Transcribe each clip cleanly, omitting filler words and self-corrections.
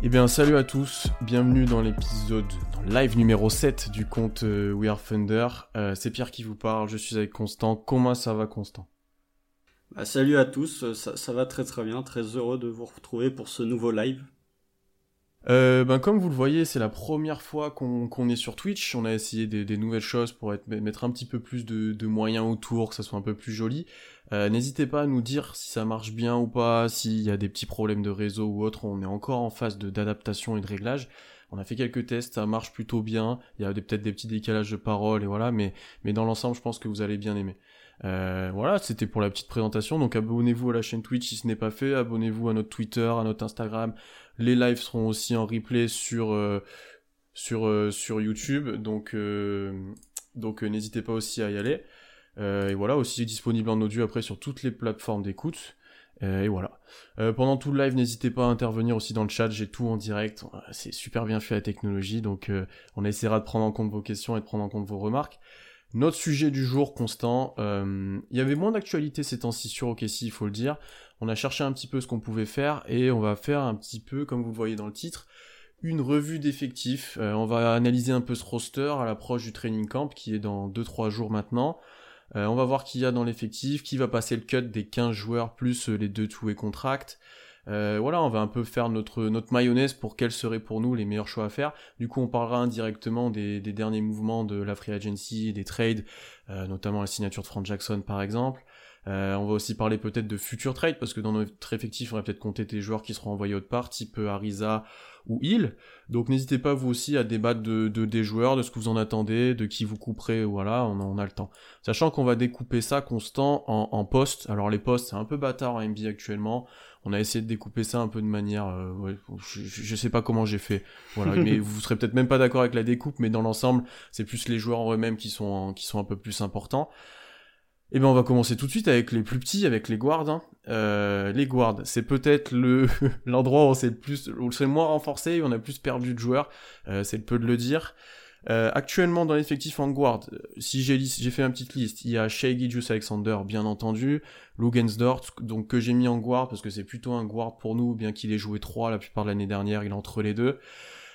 Eh bien, salut à tous, bienvenue dans le live numéro 7 du compte We Are Thunder. C'est Pierre qui vous parle, je suis avec Constant. Comment ça va, Constant ? Salut à tous, ça va très très bien, très heureux de vous retrouver pour ce nouveau live. Comme vous le voyez, c'est la première fois qu'on est sur Twitch. On a essayé des nouvelles choses pour mettre un petit peu plus de moyens autour, que ça soit un peu plus joli. N'hésitez pas à nous dire si ça marche bien ou pas, s'il y a des petits problèmes de réseau ou autre. On est encore en phase d'adaptation et de réglage. On a fait quelques tests, ça marche plutôt bien. Il y a peut-être des petits décalages de paroles et voilà, mais dans l'ensemble, je pense que vous allez bien aimer. Voilà, c'était pour la petite présentation. Donc abonnez-vous à la chaîne Twitch si ce n'est pas fait. Abonnez-vous à notre Twitter, à notre Instagram. Les lives seront aussi en replay sur YouTube. Donc n'hésitez pas aussi à y aller. Et voilà, aussi disponible en audio après sur toutes les plateformes d'écoute. Et voilà. Pendant tout le live, n'hésitez pas à intervenir aussi dans le chat, j'ai tout en direct. C'est super bien fait la technologie, donc on essaiera de prendre en compte vos questions et de prendre en compte vos remarques. Notre sujet du jour, Constant, il y avait moins d'actualité ces temps-ci sur OKC, il faut le dire. On a cherché un petit peu ce qu'on pouvait faire et on va faire un petit peu, comme vous le voyez dans le titre, une revue d'effectifs. On va analyser un peu ce roster à l'approche du training camp qui est dans 2-3 jours maintenant. On va voir qui y a dans l'effectif, qui va passer le cut des 15 joueurs plus les 2 two-way contracts. Voilà, on va un peu faire notre mayonnaise pour quels seraient pour nous les meilleurs choix à faire. Du coup, on parlera indirectement des derniers mouvements de la free agency, des trades, notamment la signature de Frank Jackson par exemple. On va aussi parler peut-être de futurs trades, parce que dans notre effectif, on va peut-être compter des joueurs qui seront envoyés autre part, type Ariza ou Hill. Donc n'hésitez pas vous aussi à débattre des joueurs, de ce que vous en attendez, de qui vous couperez, voilà, on a le temps. Sachant qu'on va découper ça Constant en postes. Alors les postes, c'est un peu bâtard en NBA actuellement. On a essayé de découper ça un peu de manière... ouais, je sais pas comment j'ai fait. Voilà, mais vous serez peut-être même pas d'accord avec la découpe, mais dans l'ensemble, c'est plus les joueurs en eux-mêmes qui sont un peu plus importants. Et ben on va commencer tout de suite avec les plus petits, avec les guards. Hein. Les guards, c'est peut-être l'endroit où on s'est le moins renforcé, où on a plus perdu de joueurs, c'est le peu de le dire. Actuellement dans l'effectif en guard, si j'ai fait une petite liste, il y a Shai Gilgeous-Alexander bien entendu, Lugensdort, donc que j'ai mis en guard parce que c'est plutôt un guard pour nous, bien qu'il ait joué 3 la plupart de l'année dernière, il est entre les deux.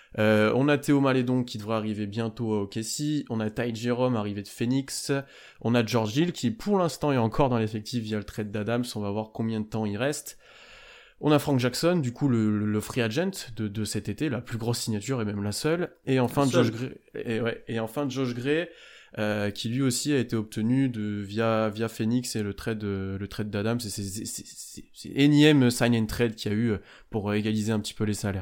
On a Théo Malédon qui devrait arriver bientôt à OKC, on a Ty Jerome arrivé de Phoenix, on a George Hill qui pour l'instant est encore dans l'effectif via le trade d'Adams, on va voir combien de temps il reste. On a Frank Jackson, du coup le free agent de cet été, la plus grosse signature et même la seule. Et enfin Josh Gray, qui lui aussi a été obtenu via Phoenix et le trade d'Adams. C'est énième sign and trade qu'il y a eu pour égaliser un petit peu les salaires.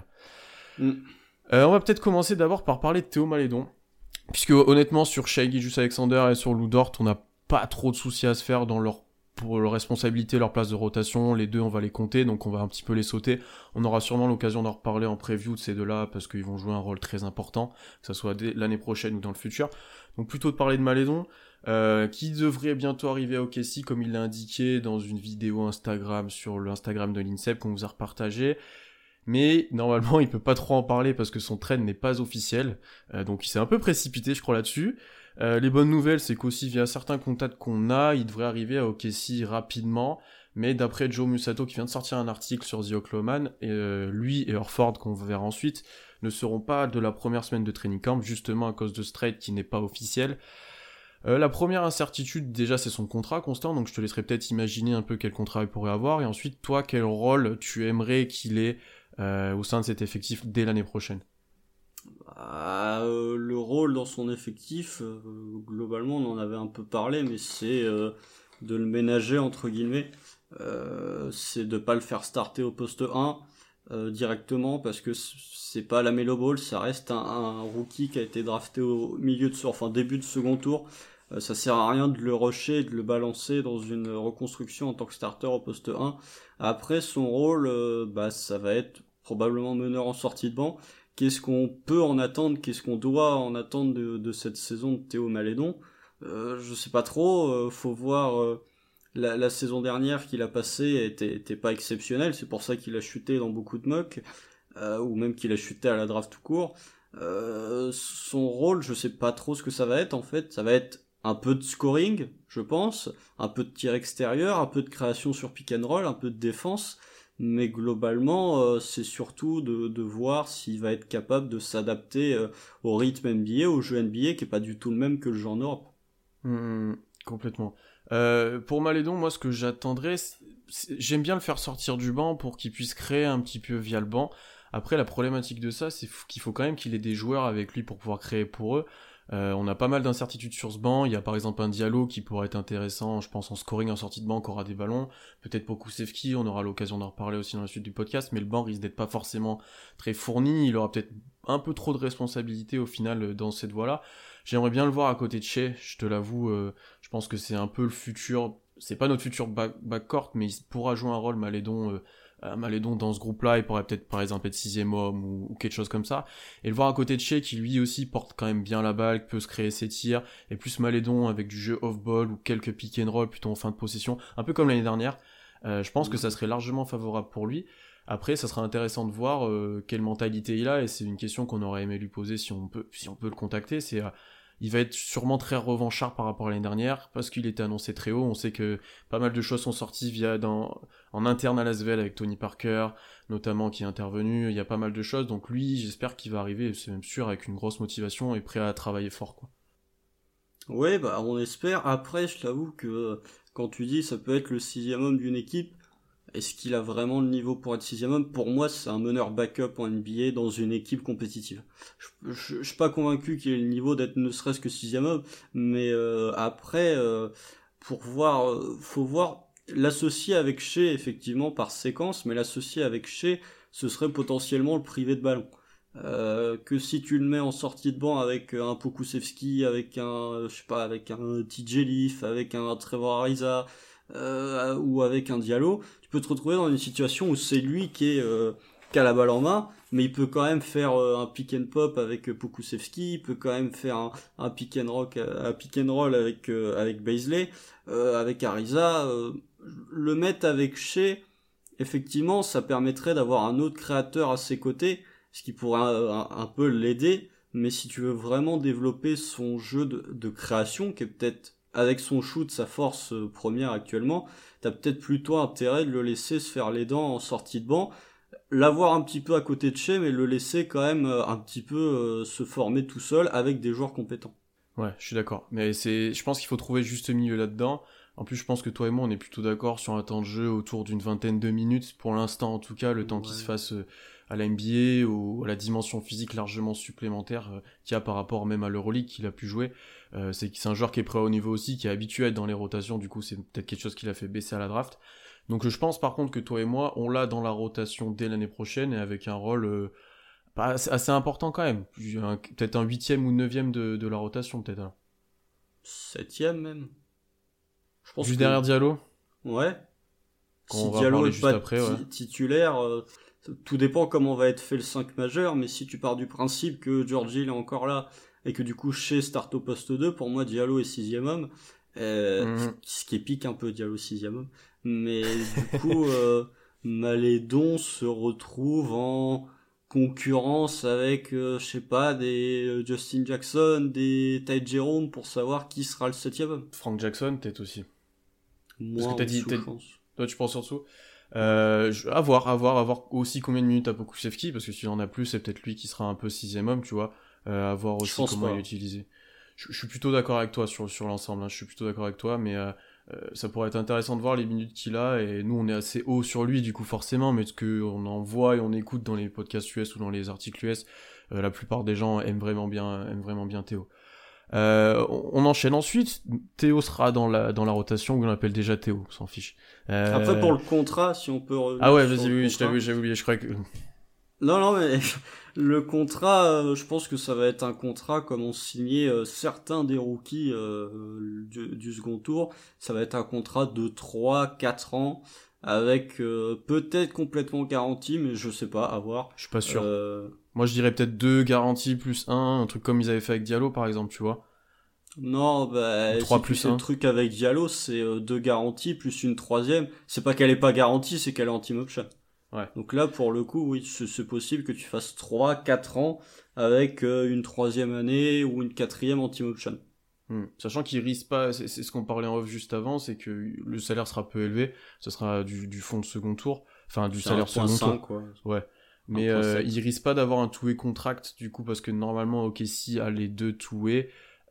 On va peut-être commencer d'abord par parler de Théo Malédon, puisque honnêtement sur Shai Gilgeous-Alexander et sur Lou Dort, on n'a pas trop de soucis à se faire pour leur responsabilité, leur place de rotation. Les deux, on va les compter, donc on va un petit peu les sauter. On aura sûrement l'occasion d'en reparler en preview de ces deux-là, parce qu'ils vont jouer un rôle très important, que ce soit dès l'année prochaine ou dans le futur. Donc plutôt de parler de Malédon, qui devrait bientôt arriver à OKC, comme il l'a indiqué dans une vidéo Instagram sur l'Instagram de l'INSEP qu'on vous a repartagé. Mais normalement il peut pas trop en parler parce que son trade n'est pas officiel, donc il s'est un peu précipité je crois là-dessus. Les bonnes nouvelles c'est qu'aussi via certains contacts qu'on a, il devrait arriver à OKC rapidement, mais d'après Joe Musato qui vient de sortir un article sur The Oklahoman, lui et Horford qu'on verra ensuite ne seront pas de la première semaine de training camp justement à cause de ce trade qui n'est pas officiel. La première incertitude déjà c'est son contrat Constant, donc je te laisserai peut-être imaginer un peu quel contrat il pourrait avoir, et ensuite toi quel rôle tu aimerais qu'il ait au sein de cet effectif dès l'année prochaine. Le rôle dans son effectif, globalement on en avait un peu parlé, mais c'est de le ménager entre guillemets, c'est de pas le faire starter au poste 1 directement, parce que c'est pas la Melo Ball, ça reste un rookie qui a été drafté au début de second tour. Ça sert à rien de le rusher, de le balancer dans une reconstruction en tant que starter au poste 1. Après, son rôle, ça va être probablement meneur en sortie de banc. Qu'est-ce qu'on peut en attendre, qu'est-ce qu'on doit en attendre de cette saison de Théo Malédon ? Je sais pas trop, faut voir. La saison dernière qu'il a passée était pas exceptionnelle, c'est pour ça qu'il a chuté dans beaucoup de mocks, ou même qu'il a chuté à la draft tout court. Son rôle, je sais pas trop ce que ça va être en fait, ça va être un peu de scoring, je pense, un peu de tir extérieur, un peu de création sur pick and roll, un peu de défense, mais globalement, c'est surtout de voir s'il va être capable de s'adapter au rythme NBA, au jeu NBA, qui est pas du tout le même que le jeu en Europe. Complètement. Pour Malédon, moi, ce que j'attendrais, j'aime bien le faire sortir du banc pour qu'il puisse créer un petit peu via le banc. Après, la problématique de ça, c'est qu'il faut quand même qu'il ait des joueurs avec lui pour pouvoir créer pour eux. On a pas mal d'incertitudes sur ce banc. Il y a par exemple un Diallo qui pourrait être intéressant, je pense, en scoring, en sortie de banc, qui aura des ballons. Peut-être Pokusevski, on aura l'occasion d'en reparler aussi dans la suite du podcast, mais le banc risque d'être pas forcément très fourni. Il aura peut-être un peu trop de responsabilités au final dans cette voie-là. J'aimerais bien le voir à côté de Shea, je te l'avoue. Je pense que c'est un peu le futur. C'est pas notre futur backcourt, mais il pourra jouer un rôle Malédon dans ce groupe-là. Il pourrait peut-être par exemple être sixième homme ou quelque chose comme ça. Et le voir à côté de Shea qui lui aussi porte quand même bien la balle, qui peut se créer ses tirs, et plus Malédon avec du jeu off-ball ou quelques pick and roll plutôt en fin de possession, un peu comme l'année dernière. Je pense que ça serait largement favorable pour lui. Après, ça sera intéressant de voir quelle mentalité il a, et c'est une question qu'on aurait aimé lui poser si on peut le contacter. Il va être sûrement très revanchard par rapport à l'année dernière, parce qu'il était annoncé très haut. On sait que pas mal de choses sont sorties en interne à l'Asvel avec Tony Parker, notamment, qui est intervenu. Il y a pas mal de choses, donc lui, j'espère qu'il va arriver, c'est même sûr, avec une grosse motivation et prêt à travailler fort, quoi. Ouais, bah on espère. Après, je t'avoue que quand tu dis ça peut être le sixième homme d'une équipe, est-ce qu'il a vraiment le niveau pour être sixième homme? Pour moi, c'est un meneur backup en NBA dans une équipe compétitive. Je suis pas convaincu qu'il ait le niveau d'être ne serait-ce que sixième homme, mais après, pour voir, faut voir l'associer avec Shea effectivement par séquence, mais l'associer avec Shea, ce serait potentiellement le privé de ballon. Que si tu le mets en sortie de banc avec un Pokusevski, avec un, je sais pas, avec un TJ Leaf, avec un Trevor Ariza, ou avec un Diallo, tu peux te retrouver dans une situation où c'est lui qui a la balle en main, mais il peut quand même faire un pick and pop avec Pokusevski, il peut quand même faire un pick and roll avec Baisley, avec Ariza, le mettre avec Shea, effectivement, ça permettrait d'avoir un autre créateur à ses côtés, ce qui pourrait un peu l'aider, mais si tu veux vraiment développer son jeu de création, qui est peut-être avec son shoot, sa force première actuellement, t'as peut-être plutôt intérêt de le laisser se faire les dents en sortie de banc, l'avoir un petit peu à côté de chez, mais le laisser quand même un petit peu se former tout seul avec des joueurs compétents. Ouais, je suis d'accord. Mais je pense qu'il faut trouver le juste milieu là-dedans. En plus, je pense que toi et moi, on est plutôt d'accord sur un temps de jeu autour d'une vingtaine de minutes, pour l'instant en tout cas, le temps qui se fasse à la NBA ou à la dimension physique largement supplémentaire qu'il y a par rapport même à l'Euroleague qu'il a pu jouer. C'est un joueur qui est prêt au niveau aussi, qui est habitué à être dans les rotations, du coup c'est peut-être quelque chose qui l'a fait baisser à la draft. Donc je pense par contre que toi et moi, on l'a dans la rotation dès l'année prochaine, et avec un rôle assez important quand même. Peut-être un huitième ou neuvième de la rotation peut-être. Hein. Septième même. Je pense juste derrière Diallo. Ouais. Si Diallo est pas après, titulaire, tout dépend comment va être fait le 5 majeur, mais si tu pars du principe que Georgie est encore là, et que du coup Shea start au poste 2, pour moi Diallo est sixième homme, ce qui pique un peu Diallo sixième homme, mais du coup Malédon se retrouve en concurrence avec, je sais pas, des Justin Jackson, des Ty Jerome pour savoir qui sera le septième homme. Frank Jackson peut-être aussi. Moi, parce que je pense. Toi, tu penses sur dessous. À voir aussi combien de minutes à Pokusevski, parce que s'il en a plus, c'est peut-être lui qui sera un peu sixième homme, tu vois. À voir aussi comment il est utilisé. Je suis plutôt d'accord avec toi sur l'ensemble, hein. Je suis plutôt d'accord avec toi, mais ça pourrait être intéressant de voir les minutes qu'il a, et nous on est assez haut sur lui du coup forcément, mais ce qu'on en voit et on écoute dans les podcasts US ou dans les articles US, la plupart des gens aiment vraiment bien Théo. On enchaîne ensuite. Théo sera dans la rotation, où on l'appelle déjà Théo, on s'en fiche. Après pour le contrat, si on peut revenir. Ah ouais, vas-y, oui, j'avais oublié, je croyais que... Non, mais le contrat, je pense que ça va être un contrat comme ont signé certains des rookies du second tour. Ça va être un contrat de 3-4 ans, avec peut-être complètement garanti, mais je sais pas, à voir. Je suis pas sûr. Moi je dirais peut-être 2 garanties plus 1, truc comme ils avaient fait avec Diallo par exemple, tu vois. Non, bah 3 si plus tu fais 1. le truc avec Diallo, c'est 2 garanties plus une troisième. C'est pas qu'elle est pas garantie, c'est qu'elle est anti-motion. Ouais. Donc là, pour le coup, oui, c'est possible que tu fasses 3-4 ans avec une troisième année ou une quatrième anti-motion. Sachant qu'il risque pas, c'est ce qu'on parlait en off juste avant, c'est que le salaire sera peu élevé, ce sera du fond de second tour, enfin du C'est salaire second 1.5 tour. quoi. Ouais. Mais 1.7. il risque pas d'avoir un two-way contract du coup parce que normalement OKC a les deux two-way.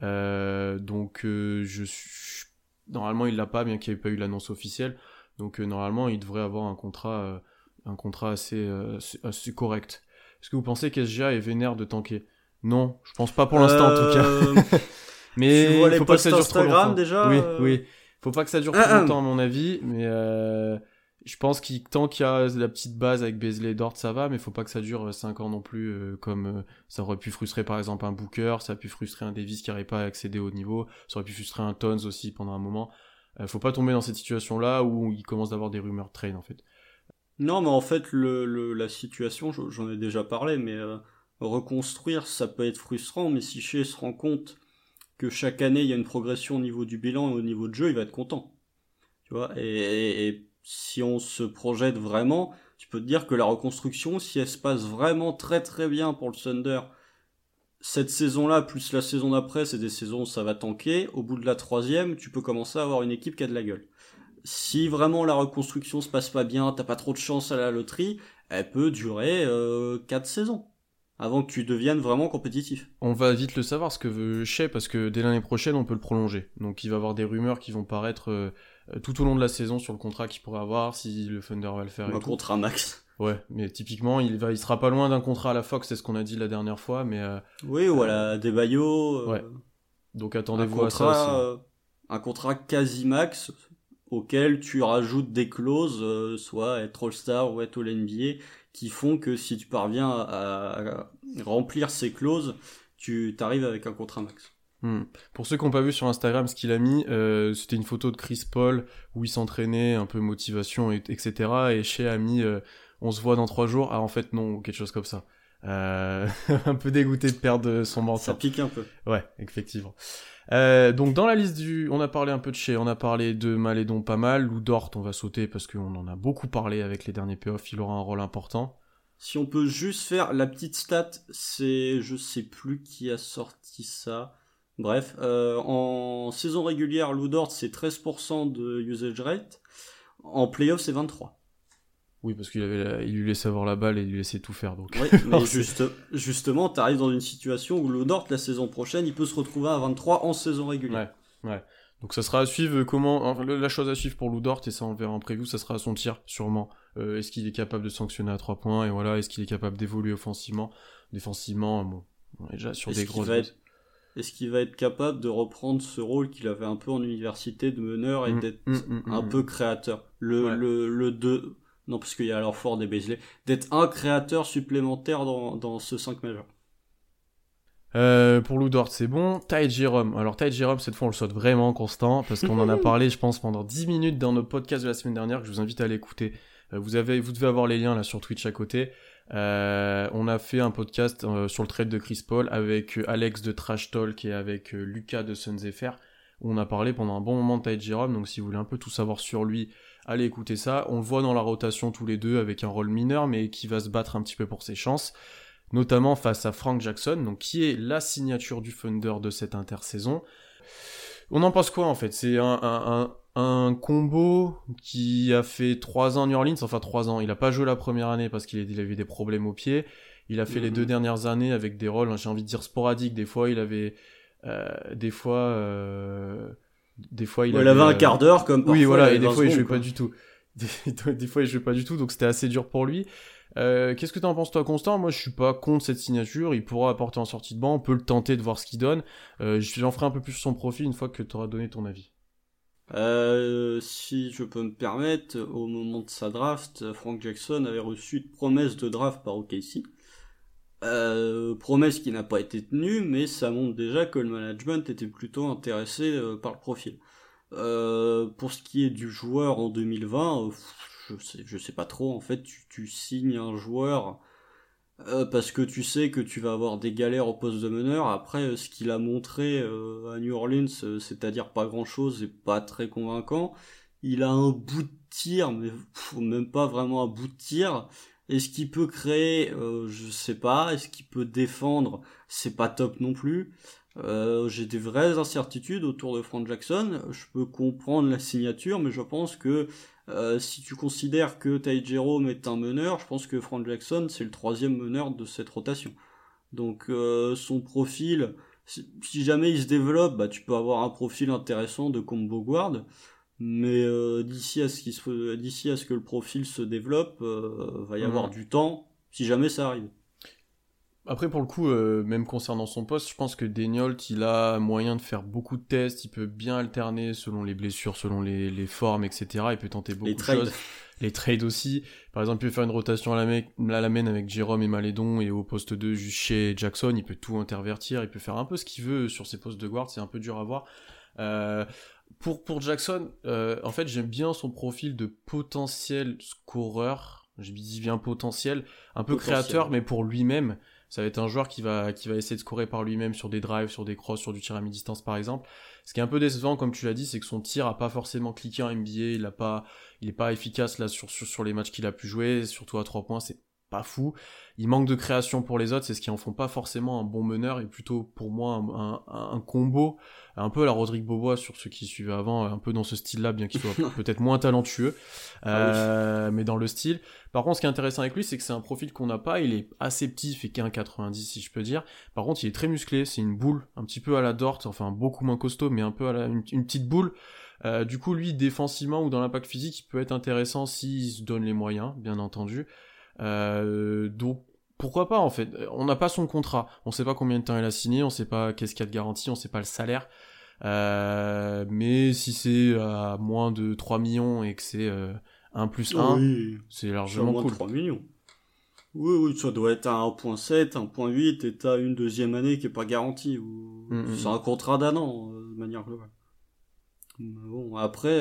Donc normalement il l'a pas bien qu'il n'y ait pas eu l'annonce officielle. Donc normalement il devrait avoir un contrat assez correct. Est-ce que vous pensez qu'SGA est vénère de tanker? Non, je pense pas pour l'instant en tout cas. Tu Mais vois il les faut pas que ça posts dure trop Instagram longtemps. déjà Oui. Faut pas que ça dure trop longtemps à mon avis, mais je pense qu'il tant qu'il y a la petite base avec Beasley et Dort, ça va, mais faut pas que ça dure 5 ans non plus, comme ça aurait pu frustrer par exemple un Booker, ça a pu frustrer un Davis qui n'arrive pas à accéder au niveau, ça aurait pu frustrer un Tons aussi pendant un moment. Faut pas tomber dans cette situation-là où il commence d'avoir des rumeurs de trade en fait. Non, mais en fait, la situation, j'en ai déjà parlé, mais reconstruire, ça peut être frustrant, mais si Shea se rend compte que chaque année, il y a une progression au niveau du bilan et au niveau de jeu, il va être content. Tu vois, et si on se projette vraiment, tu peux te dire que la reconstruction, si elle se passe vraiment très très bien pour le Thunder, cette saison-là, plus la saison d'après, c'est des saisons où ça va tanker. Au bout de la troisième, tu peux commencer à avoir une équipe qui a de la gueule. Si vraiment la reconstruction se passe pas bien, t'as pas trop de chance à la loterie, elle peut durer 4 saisons avant que tu deviennes vraiment compétitif. On va vite le savoir ce que veut Shea parce que dès l'année prochaine on peut le prolonger. Donc il va y avoir des rumeurs qui vont paraître tout au long de la saison sur le contrat qu'il pourrait avoir, si le Thunder va le faire et Un tout. contrat max. Ouais, mais typiquement il sera pas loin d'un contrat à la Fox, c'est ce qu'on a dit la dernière fois, mais Oui, voilà, des Bayo. ouais. Donc Un attendez-vous à ça aussi. contrat, un contrat quasi max auquel tu rajoutes des clauses, soit être All-Star ou être All-NBA, qui font que si tu parviens à remplir ces clauses, tu t'arrives avec un contrat max. Pour ceux qui n'ont pas vu sur Instagram ce qu'il a mis, c'était une photo de Chris Paul où il s'entraînait, un peu motivation, etc. Et Shea a mis on se voit dans 3 jours. Ah en fait non, ou quelque chose comme ça. Un peu dégoûté de perdre son mentor. Ça pique un peu. Ouais, effectivement. Donc dans la liste on a parlé un peu de Shea, on a parlé de Malédon pas mal, Lou Dort on va sauter parce qu'on en a beaucoup parlé avec les derniers playoffs, il aura un rôle important. Si on peut juste faire la petite stat, c'est, je sais plus qui a sorti ça. Bref, en saison régulière, Lou Dort c'est 13% de usage rate. En playoff, c'est 23. Oui, parce il lui laissait avoir la balle et il lui laissait tout faire. Donc. Oui, mais justement, t'arrives dans une situation où Lou Dort, la saison prochaine, il peut se retrouver à 23 en saison régulière. Ouais. Donc ça sera à suivre la chose à suivre pour Lou Dort, et ça on le verra en preview, ça sera à son tir, sûrement. Est-ce qu'il est capable de sanctionner à 3 points, et voilà, est-ce qu'il est capable d'évoluer offensivement, défensivement, bon, on est déjà sur des grosses bases. Est-ce qu'il va être capable de reprendre ce rôle qu'il avait un peu en université de meneur et d'être un peu créateur? Le 2, non, parce qu'il y a alors fort des Beasley, d'être un créateur supplémentaire dans ce 5 majeur. Pour Lou Dort, c'est bon. Ty Jerome. Alors, Ty Jerome, cette fois, on le saute vraiment constant, parce qu'on en a parlé, je pense, pendant 10 minutes dans notre podcast de la semaine dernière, que je vous invite à l'écouter. Vous devez avoir les liens là sur Twitch à côté. On a fait un podcast sur le trade de Chris Paul avec Alex de Trash Talk et avec Lucas de Suns FR, où on a parlé pendant un bon moment de Ty Jerome. Donc, si vous voulez un peu tout savoir sur lui, allez écouter ça. On le voit dans la rotation tous les deux avec un rôle mineur, mais qui va se battre un petit peu pour ses chances, notamment face à Frank Jackson, donc qui est la signature du Thunder de cette intersaison. On en pense quoi en fait? C'est un combo qui a fait 3 ans à New Orleans, enfin 3 ans, il a pas joué la première année parce qu'il avait des problèmes au pied, il a fait les 2 dernières années avec des rôles, j'ai envie de dire sporadiques, des fois il avait... des fois il avait un quart d'heure comme parfois. Oui voilà, et des fois il jouait pas du tout. Des fois il jouait pas du tout, donc c'était assez dur pour lui. Qu'est-ce que t'en penses toi, Constant? Moi je suis pas contre cette signature, il pourra apporter en sortie de banc, on peut le tenter de voir ce qu'il donne. J'en ferai un peu plus sur son profil une fois que t'auras donné ton avis. Si je peux me permettre, au moment de sa draft, Frank Jackson avait reçu une promesse de draft par OKC. Promesse qui n'a pas été tenue, mais ça montre déjà que le management était plutôt intéressé par le profil. Pour ce qui est du joueur en 2020, je sais pas trop. En fait, tu signes un joueur parce que tu sais que tu vas avoir des galères au poste de meneur. Après, ce qu'il a montré à New Orleans, c'est-à-dire pas grand-chose et pas très convaincant. Il a un bout de tir, mais même pas vraiment un bout de tir. Est-ce qu'il peut créer? Je sais pas. Est-ce qu'il peut défendre? C'est pas top non plus. J'ai des vraies incertitudes autour de Frank Jackson. Je peux comprendre la signature, mais je pense que Si tu considères que Ty Jerome est un meneur, je pense que Frank Jackson c'est le 3e meneur de cette rotation. Donc son profil, si jamais il se développe, bah tu peux avoir un profil intéressant de combo guard. Mais d'ici à ce que le profil se développe, va y avoir du temps, si jamais ça arrive. Après, pour le coup, même concernant son poste, je pense que Daigneault, il a moyen de faire beaucoup de tests, il peut bien alterner selon les blessures, selon les formes, etc. Il peut tenter beaucoup de choses. Les trades aussi. Par exemple, il peut faire une rotation à la main avec Jérôme et Malédon, et au poste 2, juste chez Jackson, il peut tout intervertir, il peut faire un peu ce qu'il veut sur ses postes de guard, c'est un peu dur à voir. Pour Jackson, en fait, j'aime bien son profil de potentiel scoreur. Je dis bien potentiel, un peu créateur, mais pour lui-même. Ça va être un joueur qui va essayer de scorer par lui-même sur des drives, sur des crosses, sur du tir à mi-distance par exemple. Ce qui est un peu décevant, comme tu l'as dit, c'est que son tir a pas forcément cliqué en NBA. Il est pas efficace là sur les matchs qu'il a pu jouer, surtout à 3 points. C'est pas fou. Il manque de création pour les autres, c'est ce qui en font pas forcément un bon meneur et plutôt pour moi un combo, un peu à la Rodrigue Bobois sur ceux qui suivaient avant, un peu dans ce style-là, bien qu'il soit peut-être moins talentueux, mais dans le style. Par contre, ce qui est intéressant avec lui, c'est que c'est un profil qu'on n'a pas, il est assez petit, il fait qu'1,90 si je peux dire. Par contre, il est très musclé, c'est une boule, un petit peu à la Dort, enfin beaucoup moins costaud, mais un peu à une petite boule. Du coup, lui, défensivement ou dans l'impact physique, il peut être intéressant s'il se donne les moyens, bien entendu. Donc pourquoi pas en fait, on n'a pas son contrat, on sait pas combien de temps il a signé, on sait pas qu'est-ce qu'il y a de garantie, on sait pas le salaire, mais si c'est à moins de 3 millions et que c'est 1 plus 1, oui, c'est largement moins cool. De 3 millions. Oui, ça doit être à 1.7, 1.8 et t'as une deuxième année qui est pas garantie, ou c'est un contrat d'un an de manière globale. Bon, après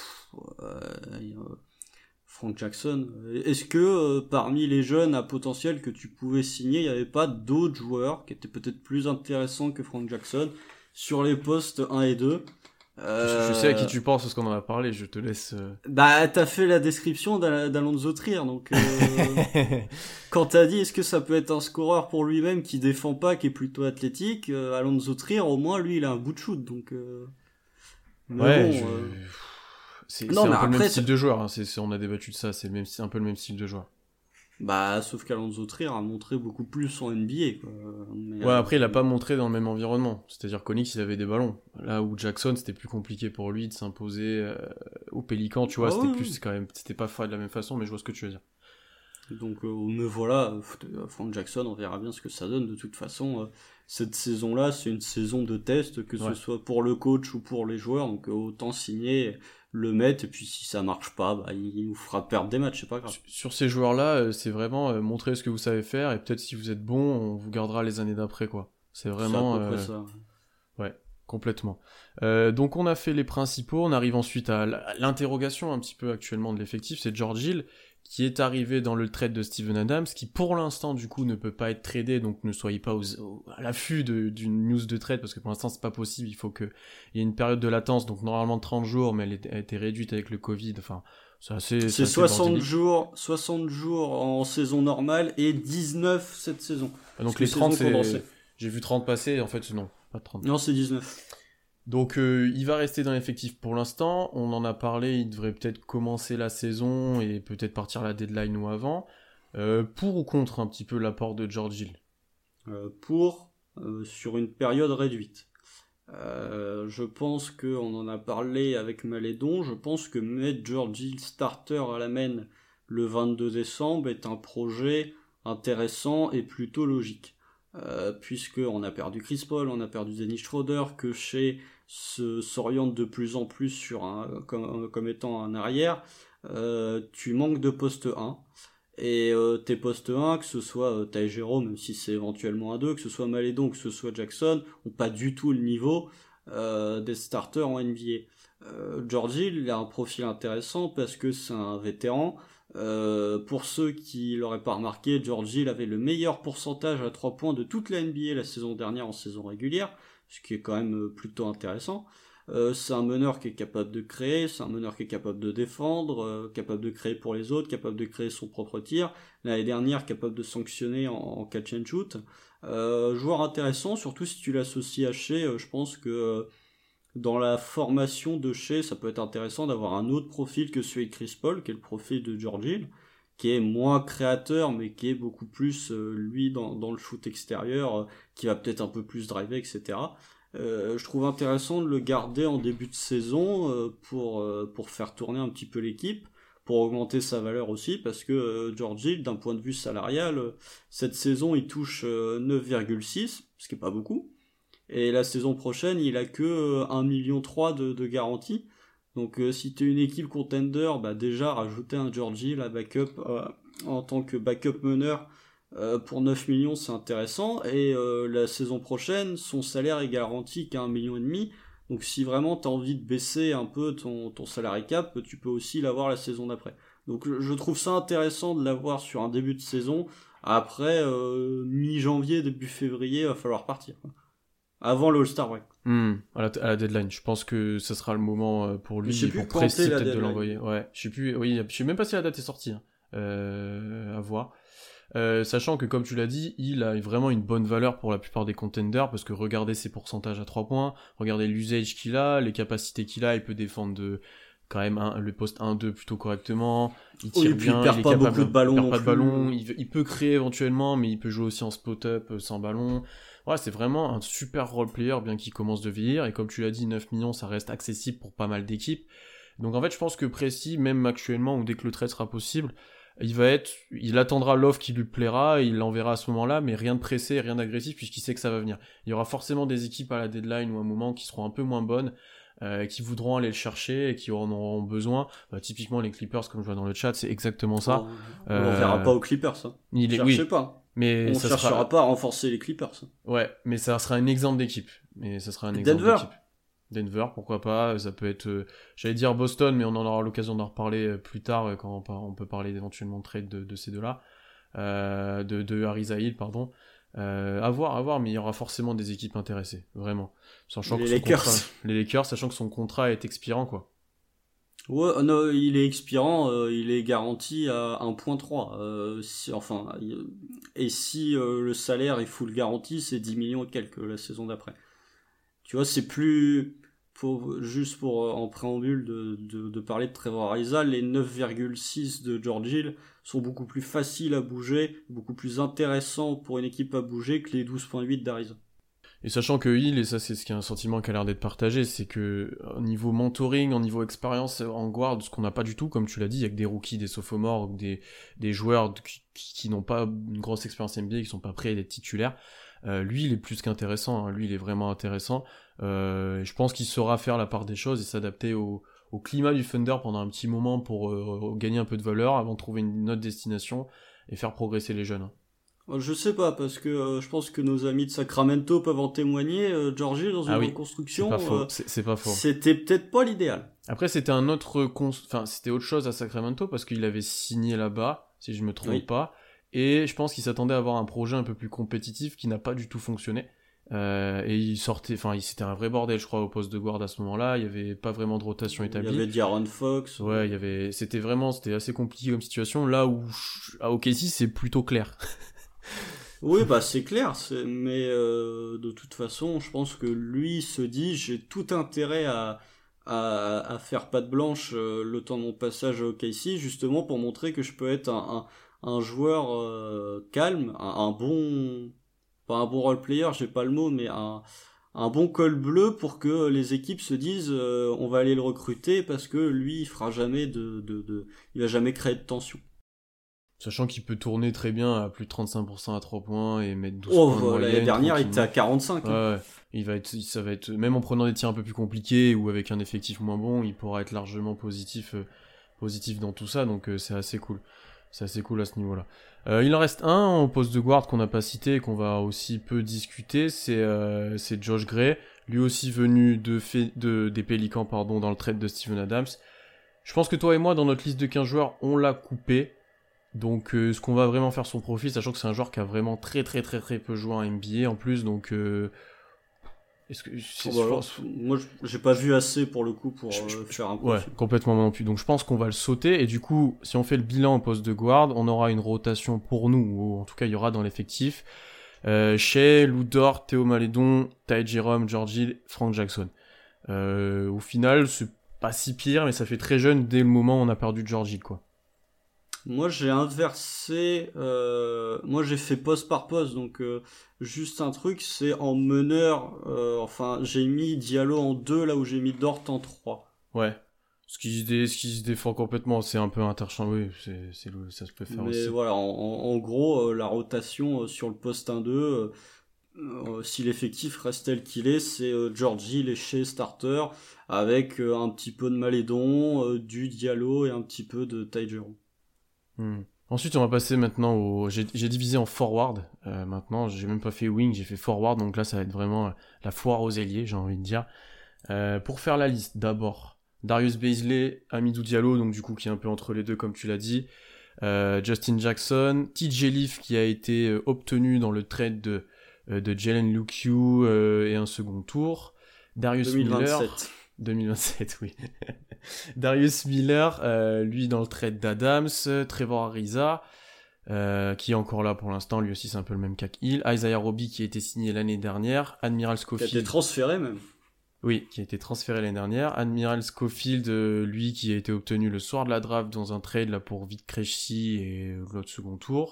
Frank Jackson, est-ce que parmi les jeunes à potentiel que tu pouvais signer, il n'y avait pas d'autres joueurs qui étaient peut-être plus intéressants que Frank Jackson sur les postes 1 et 2? Je sais à qui tu penses parce qu'on en a parlé, je te laisse... Bah, t'as fait la description d'Alonzo Trier, donc quand t'as dit est-ce que ça peut être un scoreur pour lui-même qui défend pas, qui est plutôt athlétique, Alonzo Trier, au moins, lui, il a un bout de shoot, donc... Mais ouais, bon, c'est un peu le même style de joueur, hein. On a débattu de ça, c'est un peu le même style de joueur. Bah, sauf qu'Alonzo Trier a montré beaucoup plus en NBA, quoi. Mais ouais, après, il a pas montré dans le même environnement. C'est-à-dire qu'Onyx, il avait des ballons. Là où Jackson, c'était plus compliqué pour lui de s'imposer au Pélican, tu vois, c'était plus quand même, c'était pas de la même façon, mais je vois ce que tu veux dire. Donc, me voilà, Frank Jackson, on verra bien ce que ça donne. De toute façon, cette saison-là, c'est une saison de test, que ce soit pour le coach ou pour les joueurs. Donc, autant signer, le mettre, et puis si ça marche pas, bah, il nous fera perdre des matchs, c'est pas grave. Sur ces joueurs-là, c'est vraiment montrer ce que vous savez faire, et peut-être si vous êtes bon, on vous gardera les années d'après, quoi. C'est vraiment... C'est à peu près ça. Ouais, complètement. Donc on a fait les principaux, on arrive ensuite à l'interrogation un petit peu actuellement de l'effectif, c'est George Hill, qui est arrivé dans le trade de Steven Adams, qui pour l'instant du coup ne peut pas être tradé, donc ne soyez pas à l'affût d'une news de trade, parce que pour l'instant c'est pas possible, il faut qu'il y ait une période de latence, donc normalement 30 jours, mais elle a été réduite avec le Covid, enfin c'est 60 jours en saison normale et 19 cette saison. Donc les 30 c'est... J'ai vu 30 passer, en fait non, pas 30. Non, c'est 19. Donc il va rester dans l'effectif pour l'instant, on en a parlé, il devrait peut-être commencer la saison et peut-être partir à la deadline ou avant. Pour ou contre un petit peu l'apport de George Hill? Sur une période réduite. Je pense qu'on en a parlé avec Malédon, je pense que mettre George Hill starter à la main le 22 décembre est un projet intéressant et plutôt logique. Puisqu'on a perdu Chris Paul, on a perdu Dennis Schroeder, que Shea s'oriente de plus en plus comme étant un arrière, tu manques de poste 1, et tes postes 1, que ce soit Ty Jerome, même si c'est éventuellement un 2, que ce soit Malédon, que ce soit Jackson, ont pas du tout le niveau des starters en NBA. George Hill, il a un profil intéressant parce que c'est un vétéran. Pour ceux qui l'auraient pas remarqué, George Hill avait le meilleur pourcentage à 3 points de toute la NBA la saison dernière en saison régulière, ce qui est quand même plutôt intéressant. C'est un meneur qui est capable de créer, c'est un meneur qui est capable de défendre, capable de créer pour les autres, capable de créer son propre tir. L'année dernière, capable de sanctionner en catch and shoot. Joueur intéressant, surtout si tu l'associes à Shea, je pense que dans la formation de Shea, ça peut être intéressant d'avoir un autre profil que celui de Chris Paul, qui est le profil de George Hill, qui est moins créateur, mais qui est beaucoup plus, lui, dans le shoot extérieur, qui va peut-être un peu plus driver, etc. Je trouve intéressant de le garder en début de saison pour faire tourner un petit peu l'équipe, pour augmenter sa valeur aussi, parce que George Hill, d'un point de vue salarial, cette saison, il touche 9,6, ce qui est pas beaucoup. Et la saison prochaine, il a que 1,3 million de garantie. Donc si tu es une équipe contender, bah déjà rajouter un George Hill à backup en tant que backup meneur pour 9 millions, c'est intéressant. Et la saison prochaine, son salaire est garanti qu'à 1,5 million. Donc si vraiment tu as envie de baisser un peu ton salary cap, tu peux aussi l'avoir la saison d'après. Donc je trouve ça intéressant de l'avoir sur un début de saison. Après, mi-janvier, début février, va falloir partir. Avant le All-Star Break. À la deadline. Je pense que ce sera le moment pour lui, pour quand Presti peut-être deadline. de l'envoyer. Ouais, je sais plus. Oui, je sais même pas si la date est sortie. À voir. Sachant que, comme tu l'as dit, il a vraiment une bonne valeur pour la plupart des contenders, parce que regardez ses pourcentages à 3 points, regardez l'usage qu'il a, les capacités qu'il a, il peut défendre quand même le poste 1-2 plutôt correctement, il tire bien, il perd pas beaucoup de ballons, il perd pas de ballon, il peut créer éventuellement, mais il peut jouer aussi en spot-up sans ballon. Ouais, c'est vraiment un super role player, bien qu'il commence de vieillir, et comme tu l'as dit, 9 millions, ça reste accessible pour pas mal d'équipes. Donc en fait, je pense que Presti, même actuellement, ou dès que le trade sera possible, il attendra l'offre qui lui plaira, il l'enverra à ce moment-là, mais rien de pressé, rien d'agressif, puisqu'il sait que ça va venir. Il y aura forcément des équipes à la deadline ou à un moment qui seront un peu moins bonnes, qui voudront aller le chercher et qui en auront besoin. Typiquement les Clippers, comme je vois dans le chat, c'est exactement ça. On l'enverra pas aux Clippers, hein. Cherchez pas. Mais on cherchera pas à renforcer les Clippers. Ouais, mais ça sera un exemple d'équipe. Denver, pourquoi pas, ça peut être, j'allais dire Boston, mais on en aura l'occasion d'en reparler plus tard, quand on peut parler éventuellement de trade de ces deux-là, de Ariza Hill, pardon. À voir, mais il y aura forcément des équipes intéressées, vraiment. Les Lakers, sachant que son contrat est expirant, quoi. Ouais, non, il est expirant, il est garanti à 1,3. Et si le salaire est full garanti, c'est 10 millions et quelques la saison d'après. Tu vois, c'est plus... juste pour en préambule de parler de Trevor Ariza, les 9,6 de George Hill sont beaucoup plus faciles à bouger, beaucoup plus intéressants pour une équipe à bouger que les 12,8 d'Ariza. Et sachant que Hill, et ça c'est ce qui est un sentiment qui a l'air d'être partagé, c'est que au niveau mentoring, au niveau expérience en guard, ce qu'on n'a pas du tout, comme tu l'as dit, il y a que des rookies, des sophomores, des joueurs qui n'ont pas une grosse expérience NBA, qui sont pas prêts à être titulaires. Lui, il est plus qu'intéressant, hein. Lui, il est vraiment intéressant. Je pense qu'il saura faire la part des choses et s'adapter au climat du Thunder pendant un petit moment pour gagner un peu de valeur avant de trouver une autre destination et faire progresser les jeunes. Je sais pas, parce que je pense que nos amis de Sacramento peuvent en témoigner. George Hill, dans une reconstruction, c'est pas faux. C'était peut-être pas l'idéal. Après, c'était c'était autre chose à Sacramento parce qu'il avait signé là-bas, si je me trompe pas. Et je pense qu'il s'attendait à avoir un projet un peu plus compétitif qui n'a pas du tout fonctionné. Et c'était un vrai bordel, je crois, au poste de guard à ce moment-là. Il y avait pas vraiment de rotation établie. Il y avait De'Aaron Fox. Ouais, c'était assez compliqué comme situation. Là où, à OKC, c'est plutôt clair. Oui, bah c'est clair, mais de toute façon, je pense que lui se dit, j'ai tout intérêt à faire patte blanche le temps de mon passage à OKC, justement pour montrer que je peux être un joueur calme, pas un bon role player, j'ai pas le mot, mais un bon col bleu pour que les équipes se disent on va aller le recruter parce que lui il fera jamais il va jamais créer de tension. Sachant qu'il peut tourner très bien à plus de 35% à 3 points et mettre 12 points de moyenne. L'année dernière, il était à 45. Ouais. Ça va être, même en prenant des tirs un peu plus compliqués ou avec un effectif moins bon, il pourra être largement positif dans tout ça, donc c'est assez cool. C'est assez cool à ce niveau-là. Il en reste un au poste de guard qu'on n'a pas cité et qu'on va aussi peu discuter, c'est Josh Gray, lui aussi venu des Pélicans dans le trade de Steven Adams. Je pense que toi et moi, dans notre liste de 15 joueurs, on l'a coupé. Donc ce qu'on va vraiment faire son profil, sachant que c'est un joueur qui a vraiment très très très très peu joué en NBA en plus, donc moi j'ai pas vu assez pour le coup pour faire un profil. Ouais, complètement non plus. Donc je pense qu'on va le sauter et du coup, si on fait le bilan au poste de guard, on aura une rotation pour nous, ou en tout cas il y aura dans l'effectif Shea, Lou Dort, Théo Malédon, Ty Jerome, George Hill, Frank Jackson. Au final, c'est pas si pire, mais ça fait très jeune dès le moment où on a perdu George Hill, quoi. Moi j'ai inversé, moi j'ai fait poste par poste, donc juste un truc, c'est en meneur, enfin j'ai mis Diallo en 2 là où j'ai mis Dort en 3. Ouais. Ce qui se défend complètement, c'est un peu interchangeable, oui, ça se peut faire Mais aussi. voilà, en gros, la rotation sur le poste 1-2, si l'effectif reste tel qu'il est, c'est Georgie, léché, starter, avec un petit peu de Malédon, du Diallo et un petit peu de Ty Jerome. Ensuite, on va passer maintenant au... J'ai divisé en forward. Maintenant, j'ai même pas fait wing, j'ai fait forward. Donc là, ça va être vraiment la foire aux ailiers, j'ai envie de dire. Pour faire la liste, d'abord, Darius Bazley, Hamidou Diallo, donc du coup, qui est un peu entre les deux, comme tu l'as dit. Justin Jackson, TJ Leaf, qui a été obtenu dans le trade de Jalen Lukiu et un second tour. Darius 2027. Miller... 2027, oui. Darius Miller, lui dans le trade d'Adams, Trevor Ariza, qui est encore là pour l'instant, lui aussi c'est un peu le même cas qu'Hill, Isaiah Roby qui a été signé l'année dernière, Admiral Schofield... Qui a été transféré même. Oui, qui a été transféré l'année dernière, Admiral Schofield, lui qui a été obtenu le soir de la draft dans un trade là pour Vit Krejci et l'autre second tour,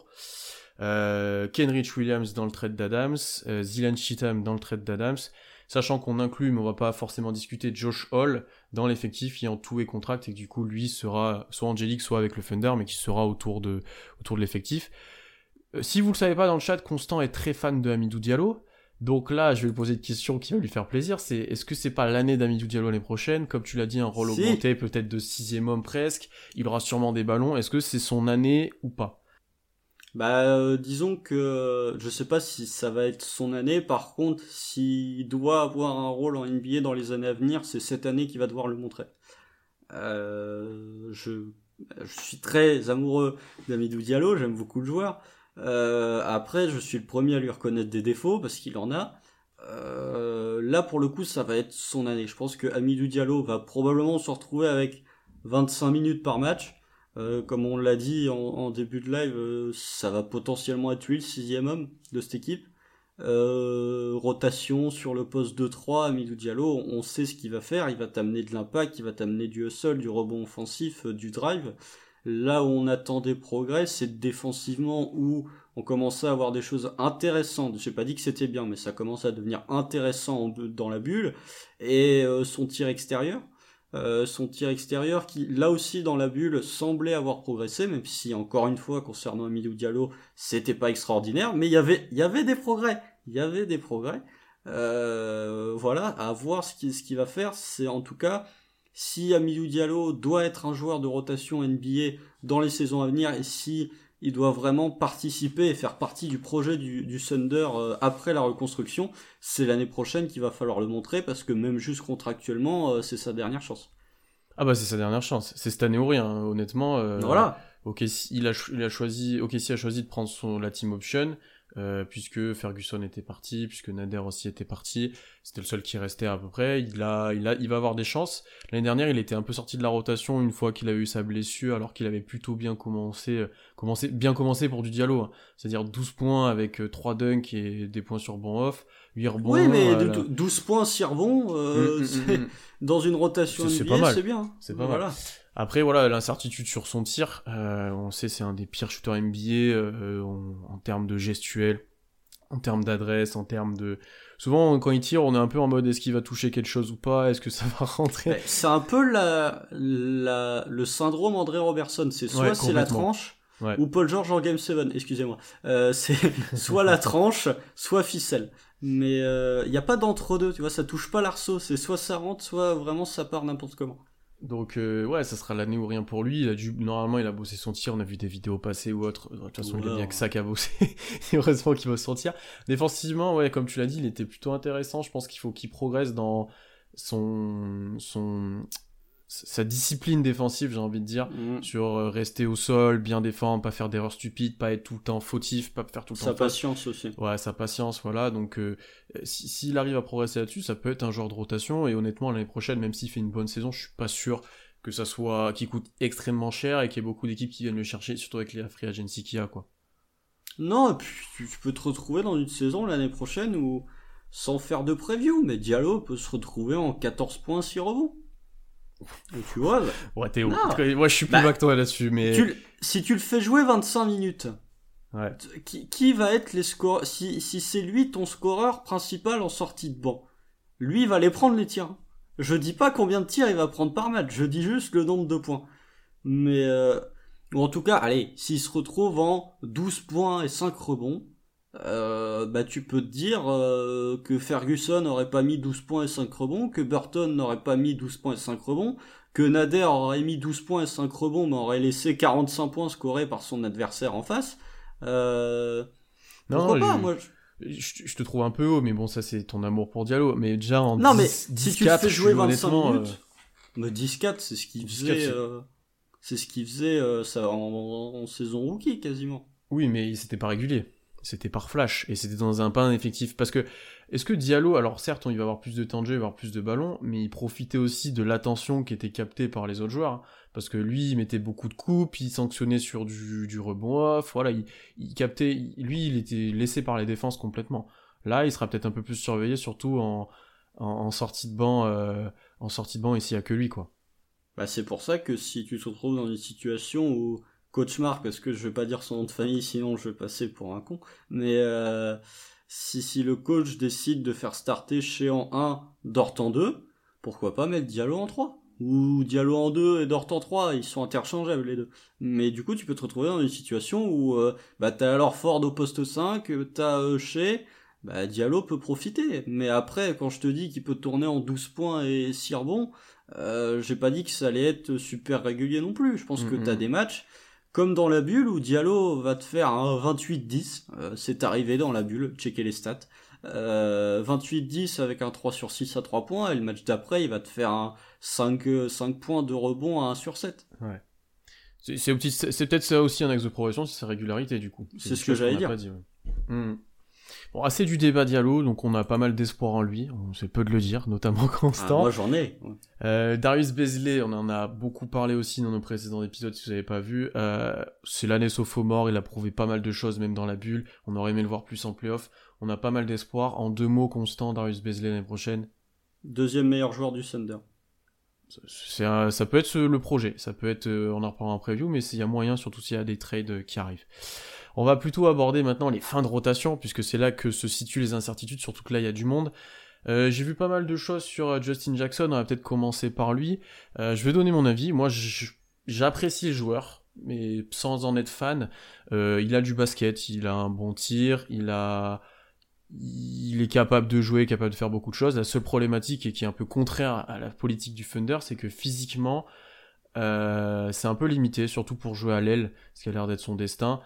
Kenrich Williams dans le trade d'Adams, Zilan Cheatham dans le trade d'Adams, sachant qu'on inclut, mais on va pas forcément discuter, Josh Hall dans l'effectif qui en tout est contract et que du coup lui sera soit Angelique soit avec le Thunder mais qui sera autour de l'effectif. Si vous le savez pas dans le chat, Constant est très fan de Hamidou Diallo, donc là je vais lui poser une question qui va lui faire plaisir, c'est est-ce que c'est pas l'année d'Hamidou Diallo l'année prochaine, comme tu l'as dit, un rôle augmenté peut-être de 6e homme presque, il aura sûrement des ballons, est-ce que c'est son année ou pas? Bah, disons que je sais pas si ça va être son année. Par contre, s'il doit avoir un rôle en NBA dans les années à venir, c'est cette année qu'il va devoir le montrer. Je suis très amoureux d'Hamidou Diallo, j'aime beaucoup le joueur. Après, je suis le premier à lui reconnaître des défauts parce qu'il en a. Là, pour le coup, ça va être son année. Je pense que Hamidou Diallo va probablement se retrouver avec 25 minutes par match. Comme on l'a dit en début de live, ça va potentiellement être lui le 6e homme de cette équipe. Rotation sur le poste 2-3, Hamidou Diallo, on sait ce qu'il va faire, il va t'amener de l'impact, il va t'amener du hustle, du rebond offensif, du drive. Là où on attend des progrès, c'est défensivement où on commençait à avoir des choses intéressantes. J'ai pas dit que c'était bien, mais ça commence à devenir intéressant dans la bulle. Et son tir extérieur. Qui, là aussi dans la bulle, semblait avoir progressé, même si, encore une fois, concernant Hamidou Diallo, c'était pas extraordinaire, mais il y avait des progrès. Il y avait des progrès. Voilà, à voir ce qu'il va faire. C'est en tout cas, si Hamidou Diallo doit être un joueur de rotation NBA dans les saisons à venir, et si il doit vraiment participer et faire partie du projet du Thunder après la reconstruction, c'est l'année prochaine qu'il va falloir le montrer, parce que même juste contractuellement, c'est sa dernière chance. Ah bah c'est sa dernière chance, c'est cette année ou rien, hein, honnêtement. Voilà. OKC, il a choisi de prendre la team option, puisque Ferguson était parti, puisque Nader aussi était parti, c'était le seul qui restait à peu près, il va avoir des chances. L'année dernière, il était un peu sorti de la rotation une fois qu'il a eu sa blessure, alors qu'il avait plutôt bien commencé pour du Diallo, hein. C'est-à-dire 12 points avec 3 dunks et des points sur banc off, 8 rebonds. Oui, mais 12 points, 6 rebonds, dans une rotation NBA, c'est pas mal. C'est bien. C'est pas mal. Après, voilà, l'incertitude sur son tir, on sait c'est un des pires shooters NBA en termes de gestuel, en termes d'adresse, en termes de... Souvent, quand il tire, on est un peu en mode est-ce qu'il va toucher quelque chose ou pas, est-ce que ça va rentrer? C'est un peu le syndrome André Robertson, c'est soit c'est la tranche, ou Paul George en Game 7, excusez-moi. C'est soit la tranche, soit ficelle. Mais il n'y a pas d'entre-deux, tu vois, ça touche pas l'arceau, c'est soit ça rentre, soit vraiment ça part n'importe comment. Donc ouais, ça sera l'année ou rien pour lui. Normalement, il a bossé son tir. On a vu des vidéos passées ou autres. De toute façon, il a bien que ça qu'à bosser. Heureusement qu'il bosse son tir. Défensivement, ouais, comme tu l'as dit, il était plutôt intéressant. Je pense qu'il faut qu'il progresse dans sa discipline défensive, j'ai envie de dire, sur rester au sol, bien défendre, pas faire d'erreurs stupides, pas être tout le temps fautif, pas faire tout le temps... Sa patience aussi. Ouais, sa patience, voilà. Donc, s'il arrive à progresser là-dessus, ça peut être un joueur de rotation. Et honnêtement, l'année prochaine, même s'il fait une bonne saison, je suis pas sûr que ça soit... qu'il coûte extrêmement cher et qu'il y ait beaucoup d'équipes qui viennent le chercher, surtout avec les free agency qu'il y a, quoi. Non, et puis tu peux te retrouver dans une saison l'année prochaine où sans faire de preview, mais Diallo peut se retrouver en 14 points, 6 rebonds. Et tu vois, ouais, Théo. Moi, je suis plus bas que toi là-dessus, mais... Si tu le fais jouer 25 minutes, ouais. Qui va être les scores si c'est lui ton scoreur principal en sortie de banc, lui il va les prendre les tirs. Je dis pas combien de tirs il va prendre par match, je dis juste le nombre de points. Mais ou en tout cas, allez, s'il se retrouve en 12 points et 5 rebonds, tu peux te dire que Ferguson n'aurait pas mis 12 points et 5 rebonds, que Burton n'aurait pas mis 12 points et 5 rebonds, que Nader aurait mis 12 points et 5 rebonds mais aurait laissé 45 points scorés par son adversaire en face. Pourquoi pas, moi je te trouve un peu haut, mais bon, ça c'est ton amour pour Diallo. Mais déjà en 10-4, si tu le fais jouer 25 minutes, mais 10-4, c'est ce qu'il faisait, ça en saison rookie quasiment. Oui, mais c'était pas régulier. C'était par flash, et c'était dans un pain effectif. Parce que, est-ce que Diallo, alors certes, il va avoir plus de temps de jeu, il va avoir plus de ballons, mais il profitait aussi de l'attention qui était captée par les autres joueurs, hein, parce que lui, il mettait beaucoup de coupes, il sanctionnait sur du rebond off, voilà, il captait, lui, il était laissé par les défenses complètement. Là, il sera peut-être un peu plus surveillé, surtout en sortie de banc, et s'il y a que lui, quoi. C'est pour ça que si tu te retrouves dans une situation où Coach Marc, parce que je vais pas dire son nom de famille, sinon je vais passer pour un con, mais si le coach décide de faire starter Shea en 1, Dort en 2, pourquoi pas mettre Diallo en 3 ? Ou Diallo en 2 et Dort en 3, ils sont interchangeables les deux. Mais du coup, tu peux te retrouver dans une situation où t'as alors Ford au poste 5, t'as Shea, Diallo peut profiter. Mais après, quand je te dis qu'il peut tourner en 12 points et 6 rebonds, j'ai pas dit que ça allait être super régulier non plus. Je pense que t'as des matchs comme dans la bulle où Diallo va te faire un 28-10, c'est arrivé dans la bulle, checker les stats, 28-10 avec un 3 sur 6 à 3 points, et le match d'après il va te faire un 5 points de rebond à 1 sur 7. Ouais. C'est peut-être ça aussi un axe de progression, c'est sa régularité du coup. C'est ce que j'allais dire. Bon, assez du débat Diallo, donc on a pas mal d'espoir en lui, c'est peu de le dire, notamment Constant. Moi j'en ai. Ouais. Darius Bazley, on en a beaucoup parlé aussi dans nos précédents épisodes si vous n'avez pas vu. C'est l'année sophomore, il a prouvé pas mal de choses même dans la bulle, on aurait aimé le voir plus en playoff. On a pas mal d'espoir. En 2 mots, Constant, Darius Bazley l'année prochaine. Deuxième meilleur joueur du Thunder. Ça peut être le projet, ça peut être, on en reparlera en preview, mais il y a moyen, surtout s'il y a des trades qui arrivent. On va plutôt aborder maintenant les fins de rotation, puisque c'est là que se situent les incertitudes, surtout que là il y a du monde. J'ai vu pas mal de choses sur Justin Jackson, on va peut-être commencer par lui. Je vais donner mon avis, moi j'apprécie le joueur, mais sans en être fan. Il a du basket, il a un bon tir, il est capable de jouer, capable de faire beaucoup de choses. La seule problématique, et qui est un peu contraire à la politique du Thunder, c'est que physiquement, c'est un peu limité, surtout pour jouer à l'aile, ce qui a l'air d'être son destin.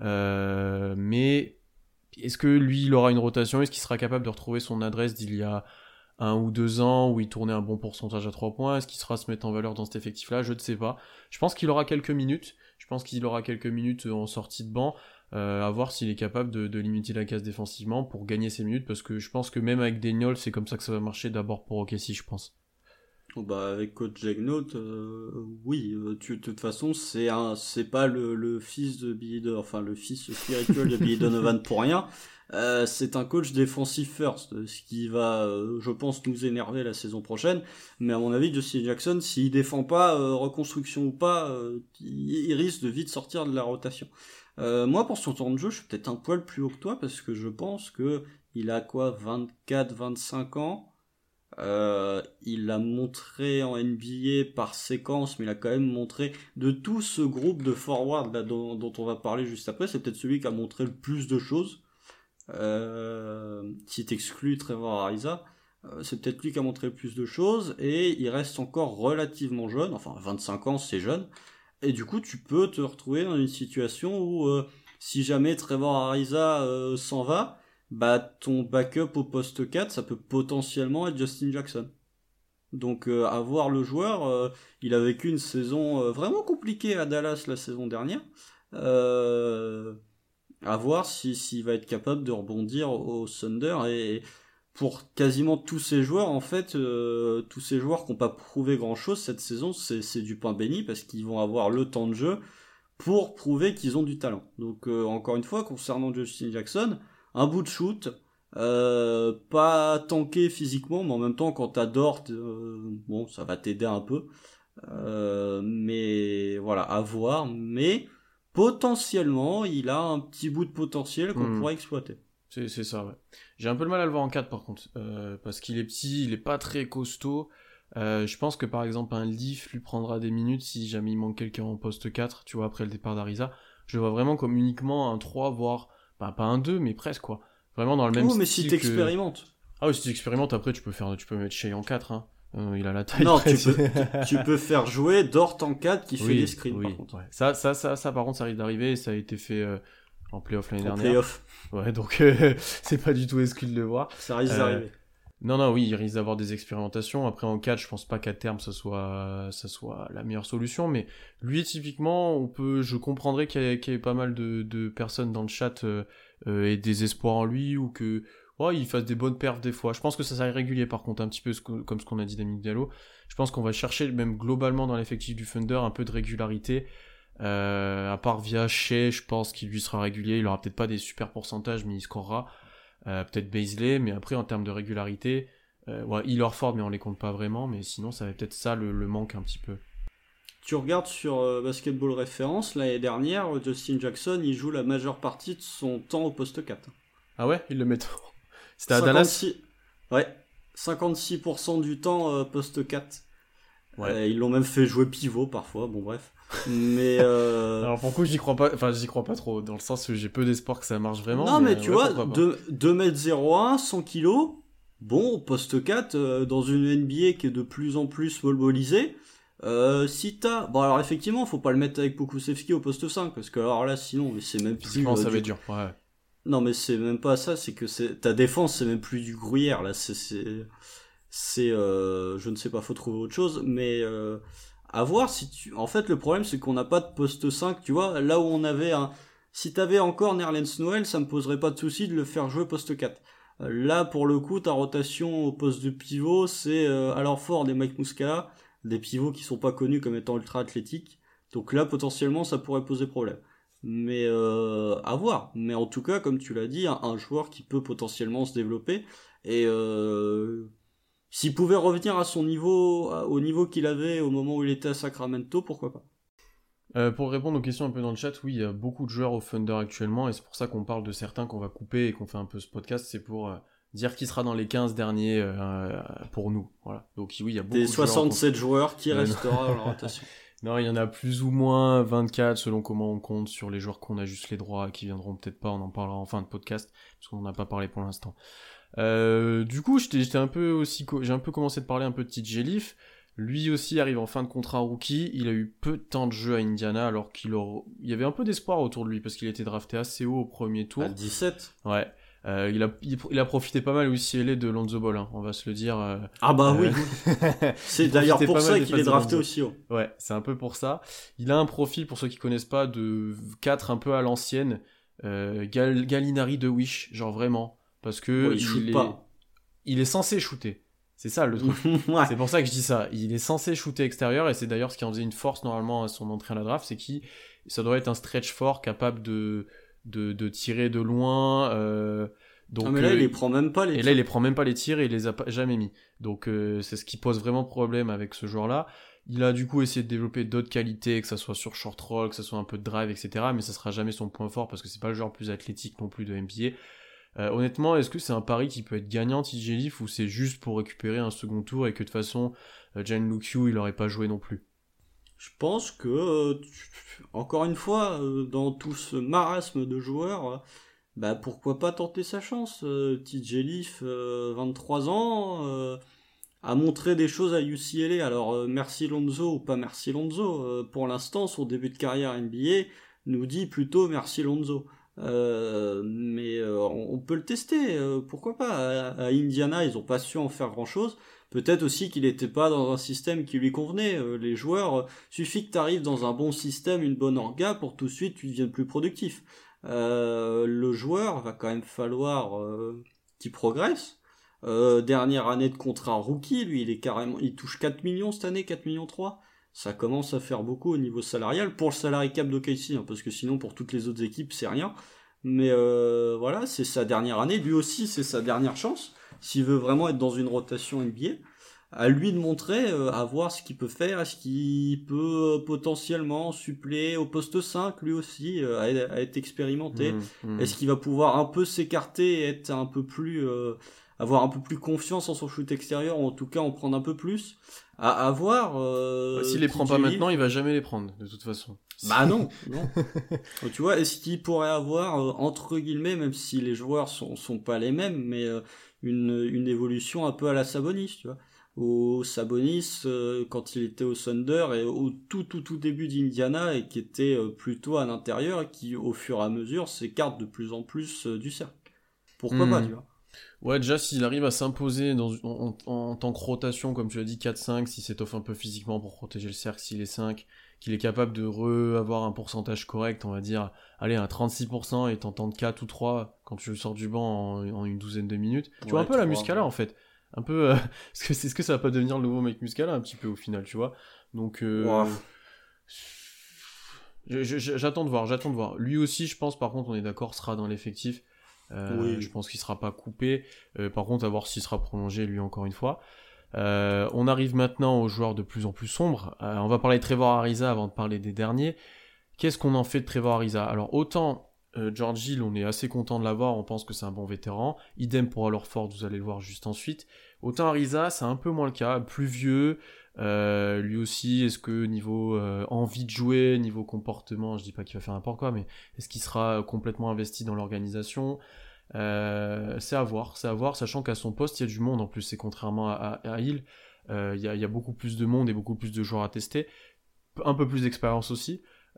Mais est-ce que lui, il aura une rotation ? Est-ce qu'il sera capable de retrouver son adresse d'il y a 1 ou 2 ans, où il tournait un bon pourcentage à 3 points ? Est-ce qu'il sera se mettre en valeur dans cet effectif-là ? Je ne sais pas. Je pense qu'il aura quelques minutes. Je pense qu'il aura quelques minutes en sortie de banc. À voir s'il est capable de limiter la casse défensivement pour gagner ses minutes, parce que je pense que même avec Daniel, c'est comme ça que ça va marcher d'abord pour OKC, je pense. Avec Coach Jagnout, oui, de toute façon, c'est pas le fils de Billy Donovan, enfin le fils spirituel de Billy Donovan pour rien. C'est un coach défensif first, ce qui va, je pense, nous énerver la saison prochaine. Mais à mon avis, Justin Jackson, s'il défend pas, reconstruction ou pas, il risque de vite sortir de la rotation. Moi, pour son temps de jeu, je suis peut-être un poil plus haut que toi, parce que je pense que il a 24-25 ans. Il l'a montré en NBA par séquence, mais il a quand même montré de tout ce groupe de forward là, dont on va parler juste après, c'est peut-être celui qui a montré le plus de choses. Si t'exclus Trevor Ariza, c'est peut-être lui qui a montré le plus de choses, et il reste encore relativement jeune, enfin 25 ans c'est jeune, et du coup tu peux te retrouver dans une situation où si jamais Trevor Ariza s'en va, ton backup au poste 4, ça peut potentiellement être Justin Jackson. Donc à voir le joueur, il a vécu une saison vraiment compliquée à Dallas la saison dernière. À voir s'il va être capable de rebondir au Thunder. Et pour quasiment tous ces joueurs, en fait, tous ces joueurs qui n'ont pas prouvé grand-chose cette saison, c'est du pain béni, parce qu'ils vont avoir le temps de jeu pour prouver qu'ils ont du talent. Donc encore une fois, concernant Justin Jackson, un bout de shoot, pas tanké physiquement, mais en même temps, quand t'as Dort, bon, ça va t'aider un peu. Mais voilà, à voir. Mais potentiellement, il a un petit bout de potentiel qu'on pourrait exploiter. C'est ça, ouais. J'ai un peu de mal à le voir en 4 par contre, parce qu'il est petit, il est pas très costaud. Je pense que par exemple un Leaf lui prendra des minutes si jamais il manque quelqu'un en poste 4, tu vois, après le départ d'Ariza. Je le vois vraiment comme uniquement un 3, voire pas un 2, mais presque quoi. Vraiment dans le même style. Mais si t'expérimentes. Ah oui, si tu expérimentes, après tu peux mettre Shea en 4, hein. Il a la taille. Non, tu peux faire jouer Dort en 4 qui fait des screens par contre. Ouais. Ça par contre ça risque d'arriver, et ça a été fait en playoff l'année dernière. Playoff. Ouais, donc c'est pas du tout exclu de le voir. Ça risque d'arriver. Non, oui, il risque d'avoir des expérimentations. Après, en 4, je pense pas qu'à terme, ça soit la meilleure solution. Mais lui, typiquement, je comprendrais qu'il y ait pas mal de personnes dans le chat et des espoirs en lui, ou que il fasse des bonnes perfs des fois. Je pense que ça serait régulier, par contre, un petit peu comme ce qu'on a dit d'Amine Diallo. Je pense qu'on va chercher, même globalement dans l'effectif du Thunder, un peu de régularité. À part via Shea, je pense qu'il lui sera régulier. Il aura peut-être pas des super pourcentages, mais il scorera. Peut-être Bazley, mais après en termes de régularité, il Horford, mais on les compte pas vraiment, mais sinon ça va peut-être ça le manque un petit peu. Tu regardes sur Basketball Référence, l'année dernière, Justin Jackson, il joue la majeure partie de son temps au poste 4. Ah ouais, il le met. C'était à Dallas. Ouais, 56% du temps poste 4. Ouais. Ils l'ont même fait jouer pivot parfois, bon bref. Mais alors pour le coup, j'y crois pas trop, dans le sens où j'ai peu d'espoir que ça marche vraiment. Non, mais tu vois, 2m01, 100 kg, bon, poste 4, dans une NBA qui est de plus en plus smallballisée, si t'as... Bon, alors effectivement, faut pas le mettre avec Pokusevski au poste 5, parce que alors là, sinon, ça va être dur, ouais. Non, mais c'est même pas ça, c'est que ta défense, c'est même plus du Gruyère, là, je ne sais pas, faut trouver autre chose, mais à voir si en fait, le problème, c'est qu'on n'a pas de poste 5, tu vois, là où on avait si t'avais encore Nerlens Noël, ça me poserait pas de souci de le faire jouer poste 4. Là, pour le coup, ta rotation au poste de pivot, c'est alors Ford et Mike Muscala, des pivots qui sont pas connus comme étant ultra athlétiques. Donc là, potentiellement, ça pourrait poser problème. Mais à voir. Mais en tout cas, comme tu l'as dit, un joueur qui peut potentiellement se développer. Et s'il pouvait revenir à son niveau, au niveau qu'il avait au moment où il était à Sacramento, pourquoi pas. Pour répondre aux questions un peu dans le chat, oui, il y a beaucoup de joueurs au Thunder actuellement, et c'est pour ça qu'on parle de certains qu'on va couper et qu'on fait un peu ce podcast, c'est pour dire qui sera dans les 15 derniers pour nous. Voilà. Donc oui, il y a beaucoup des de 67 joueurs qui restera dans la rotation. Non, il y en a plus ou moins 24 selon comment on compte sur les joueurs qu'on a juste les droits, qui viendront peut-être pas, on en parlera en fin de podcast, parce qu'on n'en a pas parlé pour l'instant. Du coup, j'ai un peu commencé de parler un peu de TJ Leaf. Lui aussi arrive en fin de contrat rookie, il a eu peu de temps de jeu à Indiana, alors il y avait un peu d'espoir autour de lui, parce qu'il était drafté assez haut au premier tour. À 17. Ouais. Il a profité pas mal aussi de Lonzo Ball, hein, on va se le dire. Oui. C'est d'ailleurs pour ça qu'il est drafté aussi haut. Ouais, c'est un peu pour ça. Il a un profil, pour ceux qui connaissent pas, de 4 un peu à l'ancienne. Gallinari de Wish, genre vraiment. Parce que il est censé shooter. C'est ça le truc. Ouais. C'est pour ça que je dis ça. Il est censé shooter extérieur, et c'est d'ailleurs ce qui en faisait une force normalement à son entrée à la draft, c'est ça doit être un stretch fort capable de tirer de loin. Donc, mais là, il les prend même pas les tirs. Et là, il les prend même pas les tirs, et il les a jamais mis. Donc, c'est ce qui pose vraiment problème avec ce joueur-là. Il a du coup essayé de développer d'autres qualités, que ça soit sur short roll, que ça soit un peu de drive, etc. Mais ça sera jamais son point fort, parce que c'est pas le joueur le plus athlétique non plus de NBA. Honnêtement, est-ce que c'est un pari qui peut être gagnant, TJ Leaf, ou c'est juste pour récupérer un second tour, et que de toute façon, Gianluca, il aurait pas joué non plus? Je pense que, encore une fois, dans tout ce marasme de joueurs, pourquoi pas tenter sa chance. TJ Leaf, 23 ans, a montré des choses à UCLA. Alors, merci Lonzo ou pas merci Lonzo, pour l'instant, son début de carrière NBA nous dit plutôt merci Lonzo. Mais on peut le tester, pourquoi pas. À Indiana, ils ont pas su en faire grand chose. Peut-être aussi qu'il n'était pas dans un système qui lui convenait. Les joueurs, suffit que tu arrives dans un bon système, une bonne orga, pour tout de suite tu deviennes plus productif. Le joueur va quand même falloir qu'il progresse. Dernière année de contrat rookie, lui il touche 4 millions cette année, 4 millions 3. Ça commence à faire beaucoup au niveau salarial pour le salary cap d'OKC, parce que sinon pour toutes les autres équipes c'est rien. Mais voilà, c'est sa dernière année. Lui aussi, c'est sa dernière chance. S'il veut vraiment être dans une rotation NBA, à lui de montrer, à voir ce qu'il peut faire. Est-ce qu'il peut potentiellement suppléer au poste 5, lui aussi, à être expérimenté. Est-ce qu'il va pouvoir un peu s'écarter et être un peu plus... avoir un peu plus confiance en son shoot extérieur, ou en tout cas en prendre un peu plus. À voir. S'il les prend pas maintenant, il va jamais les prendre, de toute façon. Bah non. Tu vois, est-ce qu'il pourrait avoir, entre guillemets, même si les joueurs sont pas les mêmes, mais une évolution un peu à la Sabonis, tu vois. Au Sabonis, quand il était au Thunder et au tout début d'Indiana, et qui était plutôt à l'intérieur, et qui au fur et à mesure s'écarte de plus en plus du cercle. Pourquoi pas, tu vois. Ouais, déjà, s'il arrive à s'imposer en tant que rotation, comme tu l'as dit, 4-5, s'il s'étoffe un peu physiquement pour protéger le cercle, s'il est 5, qu'il est capable de avoir un pourcentage correct, on va dire, allez, un 36%, et t'entends 4 ou 3 quand tu sors du banc en une douzaine de minutes. Tu vois, un peu la Muscala, en fait. Un peu, est-ce que ça va pas devenir le nouveau mec Muscala, un petit peu, au final, tu vois. Donc, j'attends de voir. Lui aussi, je pense, par contre, on est d'accord, sera dans l'effectif. Oui. Je pense qu'il sera pas coupé. Par contre, à voir s'il sera prolongé, lui, encore une fois. On arrive maintenant aux joueurs de plus en plus sombres. On va parler de Trevor Ariza avant de parler des derniers. Qu'est-ce qu'on en fait de Trevor Ariza ? Alors, autant George Hill, on est assez content de l'avoir, on pense que c'est un bon vétéran. Idem pour Alorford, vous allez le voir juste ensuite. Autant Ariza, c'est un peu moins le cas, plus vieux. Lui aussi, est-ce que niveau envie de jouer, niveau comportement, je dis pas qu'il va faire n'importe quoi, mais est-ce qu'il sera complètement investi dans l'organisation ? C'est à voir, sachant qu'à son poste, il y a du monde en plus, c'est contrairement à Hill, il y a beaucoup plus de monde et beaucoup plus de joueurs à tester, un peu plus d'expérience aussi.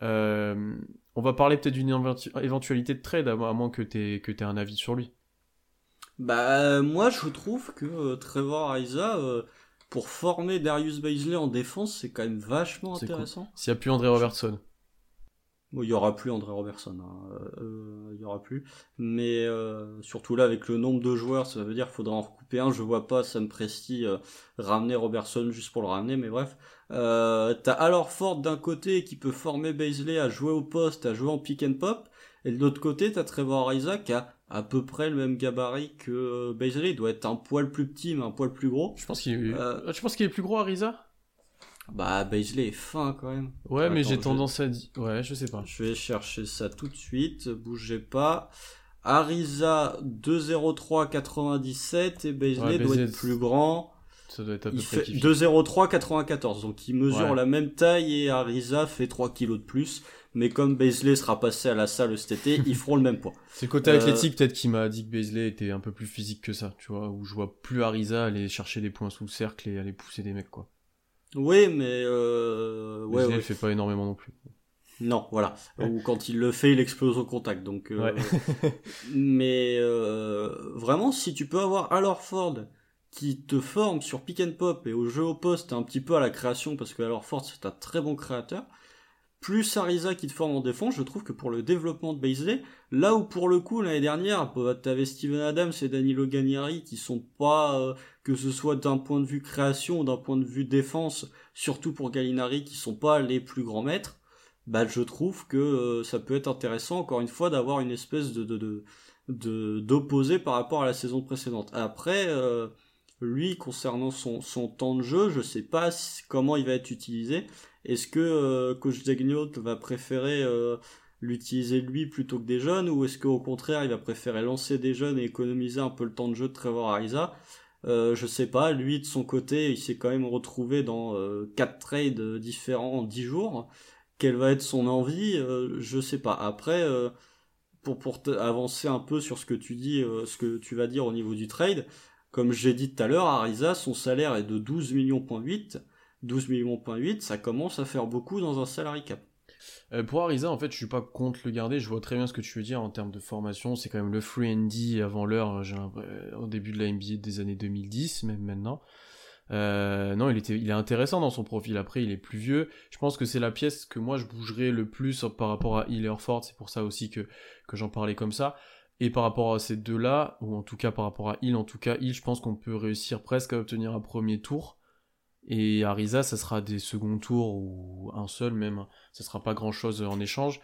On va parler peut-être d'une éventualité de trade, à moins que t'aies un avis sur lui. Bah, moi, je trouve que Trevor Ariza, pour former Darius Bazley en défense, c'est quand même vachement intéressant. Cool. S'il n'y a plus André Robertson. Bon, il y aura plus André Robertson, il y aura plus. Mais surtout là, avec le nombre de joueurs, ça veut dire qu'il faudra en recouper un. Je vois pas Sam Presti ramener Robertson juste pour le ramener, mais bref. T'as alors Ford d'un côté qui peut former Bazley à jouer au poste, à jouer en pick and pop, et de l'autre côté, t'as Trevor Ariza qui a à peu près le même gabarit que Bazley. Il doit être un poil plus petit, mais un poil plus gros. Je pense qu'il est plus gros, Ariza. Bah, Bazley est fin quand même. Ouais, mais j'ai tendance à dire... Ouais, je sais pas. Je vais chercher ça tout de suite, bougez pas. Ariza 2,03,97 et Bazley doit être plus grand. Ça doit être à peu il près fait 2,03,94, donc il mesure la même taille et Ariza fait 3 kilos de plus. Mais comme Bazley sera passé à la salle cet été, ils feront le même poids. C'est le côté athlétique peut-être qui m'a dit que Bazley était un peu plus physique que ça, tu vois, où je vois plus Ariza aller chercher des points sous le cercle et aller pousser des mecs, quoi. Oui, mais Bazley, il fait pas énormément non plus. Non, voilà. Ou quand il le fait, il explose au contact. Donc, mais vraiment, si tu peux avoir Alorford qui te forme sur pick and pop et au jeu au poste un petit peu à la création, parce que Alorford c'est un très bon créateur, plus Ariza qui te forme en défense, je trouve que pour le développement de Bazley, là où pour le coup l'année dernière, t'avais Steven Adams et Danilo Gallinari qui sont pas, que ce soit d'un point de vue création ou d'un point de vue défense, surtout pour Gallinari qui sont pas les plus grands maîtres. Bah, je trouve que ça peut être intéressant, encore une fois, d'avoir une espèce d'opposé par rapport à la saison précédente. Après, lui, concernant son temps de jeu, je sais pas comment il va être utilisé. Est-ce que Coach Daigneault va préférer l'utiliser lui plutôt que des jeunes, ou est-ce qu'au contraire, il va préférer lancer des jeunes et économiser un peu le temps de jeu de Trevor Ariza? Je sais pas, lui, de son côté, il s'est quand même retrouvé dans 4 trades différents en 10 jours. Quelle va être son envie, je sais pas. Après, pour avancer un peu sur ce que tu dis, ce que tu vas dire au niveau du trade, comme j'ai dit tout à l'heure, Ariza, son salaire est de 12 millions,8. 12 millions,8, ça commence à faire beaucoup dans un salary cap. Pour Ariza, en fait, je suis pas contre le garder. Je vois très bien ce que tu veux dire en termes de formation. C'est quand même le free and D avant l'heure, au début de la NBA des années 2010, même maintenant. Non, il est intéressant dans son profil. Après, il est plus vieux. Je pense que c'est la pièce que moi je bougerais le plus par rapport à Hill et Horford. C'est pour ça aussi que j'en parlais comme ça. Et par rapport à ces deux-là, ou en tout cas par rapport à Hill, je pense qu'on peut réussir presque à obtenir un premier tour. Et Ariza, ça sera des seconds tours ou un seul même. Ça sera pas grand-chose en échange.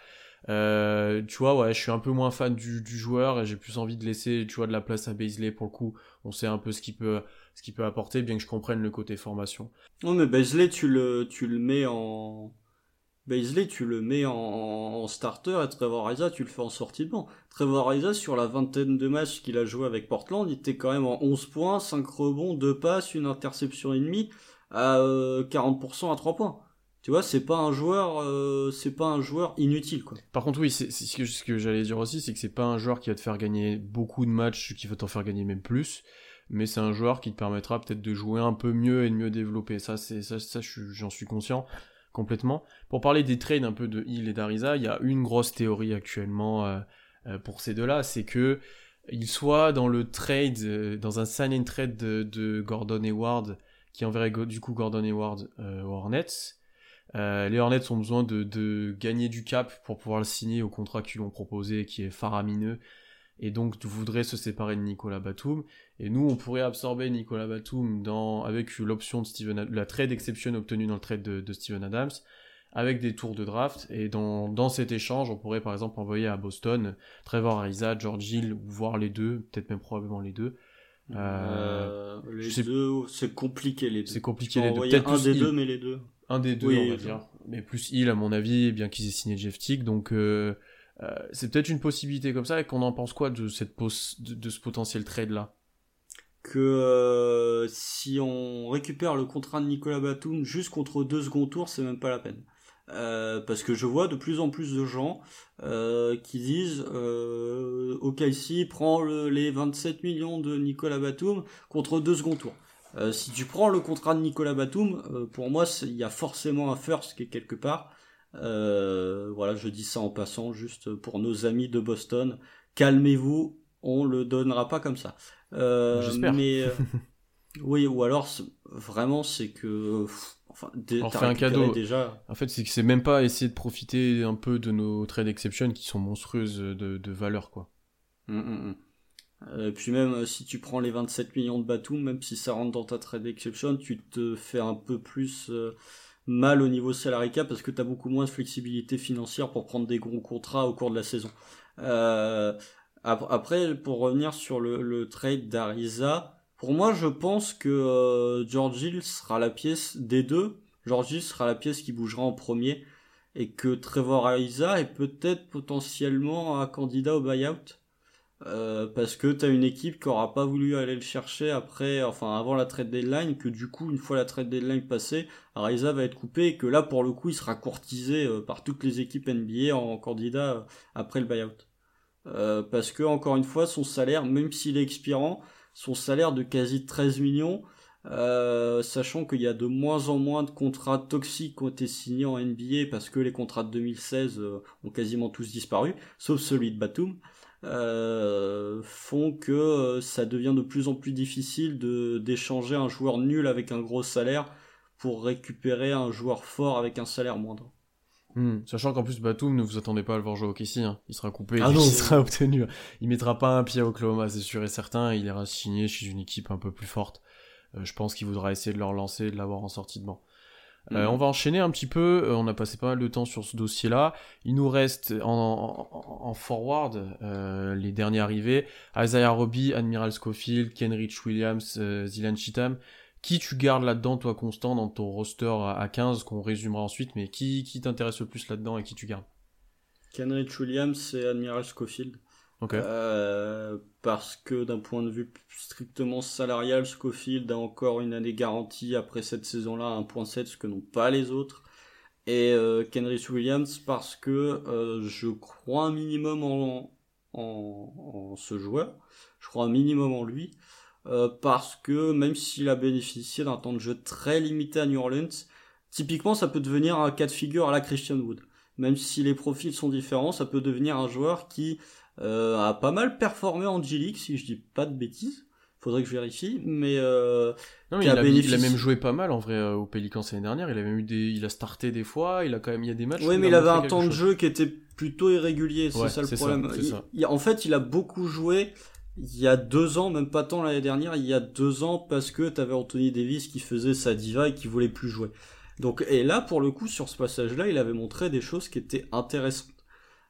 Tu vois, ouais, je suis un peu moins fan du joueur et j'ai plus envie de laisser, tu vois, de la place à Bazley pour le coup. On sait un peu ce qu'il peut apporter, bien que je comprenne le côté formation. Non, mais Bazley, tu le mets en. Bazley, tu le mets en starter et Trevor Ariza, tu le fais en sortie de banc. Trevor Ariza, sur la vingtaine de matchs qu'il a joué avec Portland, il était quand même en 11 points, 5 rebonds, 2 passes, une interception et demie, à 40% à 3 points. Tu vois, c'est pas un joueur inutile, quoi. Par contre, oui, c'est ce que j'allais dire aussi, c'est que c'est pas un joueur qui va te faire gagner beaucoup de matchs, qui va t'en faire gagner même plus, mais c'est un joueur qui te permettra peut-être de jouer un peu mieux et de mieux développer. Ça, j'en suis conscient complètement. Pour parler des trades un peu de Hill et d'Ariza, il y a une grosse théorie actuellement pour ces deux-là, c'est que ils soient dans le trade, dans un sign and trade de Gordon Hayward, qui enverrait du coup Gordon Hayward aux Hornets. Les Hornets ont besoin de gagner du cap pour pouvoir le signer au contrat qu'ils lui ont proposé, qui est faramineux, et donc voudraient se séparer de Nicolas Batum. Et nous, on pourrait absorber Nicolas Batum avec l'option de la trade exception obtenue dans le trade de Steven Adams, avec des tours de draft. Et dans cet échange, on pourrait par exemple envoyer à Boston Trevor Ariza, George Hill, voire les deux, peut-être même probablement les deux. Les deux, c'est compliqué les deux. C'est compliqué les deux. Peut-être un des deux, mais les deux. Un des deux, oui, on va dire. Mais plus Hill, à mon avis, bien qu'ils aient signé Jeff Teague. Donc, c'est peut-être une possibilité comme ça. Et qu'on en pense quoi de ce potentiel trade-là? Que si on récupère le contrat de Nicolas Batum juste contre 2 secondes tours, c'est même pas la peine. Parce que je vois de plus en plus de gens qui disent OKC prend les 27 millions de Nicolas Batum contre 2 secondes tours. Si tu prends le contrat de Nicolas Batum, pour moi, il y a forcément un first qui est quelque part. Voilà, je dis ça en passant, juste pour nos amis de Boston. Calmez-vous, on le donnera pas comme ça. J'espère. Mais oui, ou alors vraiment c'est que on fait un cadeau déjà. En fait, c'est que c'est même pas essayer de profiter un peu de nos trade exception qui sont monstrueuses de valeur, quoi. Puis même si tu prends les 27 millions de Batum, même si ça rentre dans ta trade exception, tu te fais un peu plus mal au niveau salary cap parce que tu as beaucoup moins de flexibilité financière pour prendre des gros contrats au cours de la saison. Après, pour revenir sur le trade d'Ariza, pour moi, je pense que George Hill sera la pièce des deux. George Hill sera la pièce qui bougera en premier et que Trevor Ariza est peut-être potentiellement un candidat au buyout. Parce que t'as une équipe qui aura pas voulu aller le chercher avant la trade deadline, que du coup, une fois la trade deadline passée, Ariza va être coupé et que là, pour le coup, il sera courtisé par toutes les équipes NBA en candidat après le buyout. Parce que, encore une fois, son salaire, même s'il est expirant, son salaire de quasi 13 millions, sachant qu'il y a de moins en moins de contrats toxiques qui ont été signés en NBA parce que les contrats de 2016 ont quasiment tous disparu, sauf celui de Batum, font que ça devient de plus en plus difficile d'échanger un joueur nul avec un gros salaire pour récupérer un joueur fort avec un salaire moindre. Sachant qu'en plus Batum, ne vous attendez pas à le voir jouer au KC, hein. Il sera coupé, il sera obtenu. Il mettra pas un pied à Oklahoma, c'est sûr et certain, il ira signer chez une équipe un peu plus forte. Je pense qu'il voudra essayer de le relancer, de l'avoir en sortie de banc. On va enchaîner un petit peu, on a passé pas mal de temps sur ce dossier-là. Il nous reste en forward les derniers arrivés, Isaiah Roby, Admiral Schofield, Kenrich Williams, Zilan Cheatham. Qui tu gardes là-dedans, toi, Constant, dans ton roster à 15, qu'on résumera ensuite, mais qui t'intéresse le plus là-dedans et qui tu gardes? Kenrich Williams et Admiral Schofield. Okay. Parce que d'un point de vue strictement salarial, Schofield a encore une année garantie après cette saison-là à 1.7, ce que n'ont pas les autres. Et Kenrich Williams parce que je crois un minimum en ce joueur. Je crois un minimum en lui. Parce que même s'il a bénéficié d'un temps de jeu très limité à New Orleans, typiquement ça peut devenir un cas de figure à la Christian Wood. Même si les profils sont différents, ça peut devenir un joueur qui a pas mal performé en G-League, si je dis pas de bêtises. Faudrait que je vérifie, mais non, mais il a même joué pas mal en vrai au Pelicans l'année dernière. Il a même il a starté des fois. Il y a des matchs. Oui, mais il avait un temps de jeu qui était plutôt irrégulier. C'est ça le problème. En fait, il a beaucoup joué. Il y a 2 ans, même pas tant l'année dernière, il y a 2 ans parce que t'avais Anthony Davis qui faisait sa diva et qui voulait plus jouer. Donc, et là, pour le coup, sur ce passage-là, il avait montré des choses qui étaient intéressantes.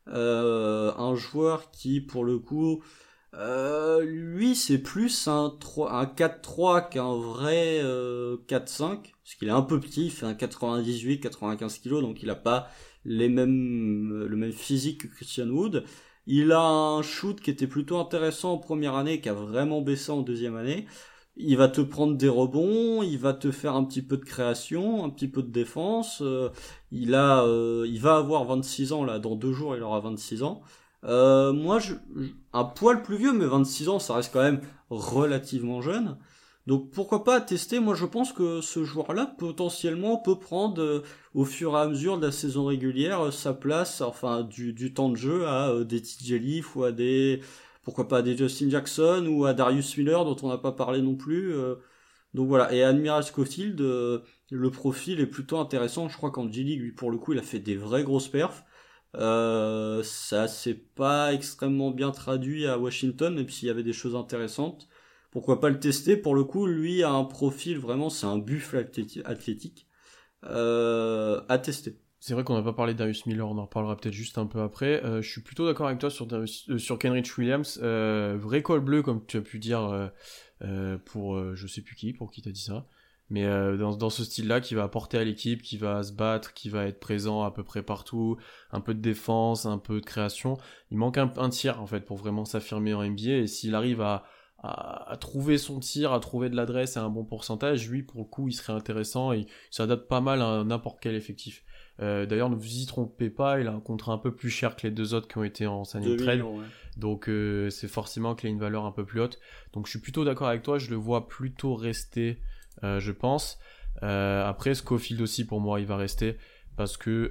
un joueur qui, pour le coup, lui, c'est plus un 4-3 qu'un vrai 4-5, parce qu'il est un peu petit, il fait un 98-95 kilos, donc il a pas le même physique que Christian Wood. Il a un shoot qui était plutôt intéressant en première année, qui a vraiment baissé en deuxième année. Il va te prendre des rebonds, il va te faire un petit peu de création, un petit peu de défense. Il va avoir 26 ans là, dans 2 jours il aura 26 ans. Moi, un poil plus vieux, mais 26 ans, ça reste quand même relativement jeune. Donc pourquoi pas tester. Moi, je pense que ce joueur-là potentiellement peut prendre au fur et à mesure de la saison régulière sa place, enfin du temps de jeu à des TJ Leaf ou à pourquoi pas à des Justin Jackson ou à Darius Miller dont on n'a pas parlé non plus. Donc voilà. Et Admiral Schofield, le profil est plutôt intéressant. Je crois qu'en G-League, lui pour le coup, il a fait des vraies grosses perfs. Ça s'est pas extrêmement bien traduit à Washington, même s'il y avait des choses intéressantes. Pourquoi pas le tester? Pour le coup, lui a un profil vraiment, c'est un buffle athlétique à tester. C'est vrai qu'on n'a pas parlé de Darius Miller, on en reparlera peut-être juste un peu après. Je suis plutôt d'accord avec toi sur Kenrich Williams. Vrai col bleu, comme tu as pu dire pour je sais plus pour qui t'as dit ça. Mais dans ce style-là, qui va apporter à l'équipe, qui va se battre, qui va être présent à peu près partout, un peu de défense, un peu de création. Il manque un tir, en fait, pour vraiment s'affirmer en NBA. Et s'il arrive à trouver son tir, à trouver de l'adresse et un bon pourcentage, lui, pour le coup, il serait intéressant et il s'adapte pas mal à n'importe quel effectif. D'ailleurs, ne vous y trompez pas, il a un contrat un peu plus cher que les deux autres qui ont été en signing trade. Ouais. Donc, c'est forcément qu'il a une valeur un peu plus haute. Donc, je suis plutôt d'accord avec toi, je le vois plutôt rester, je pense. Après, Schofield aussi, pour moi, il va rester parce que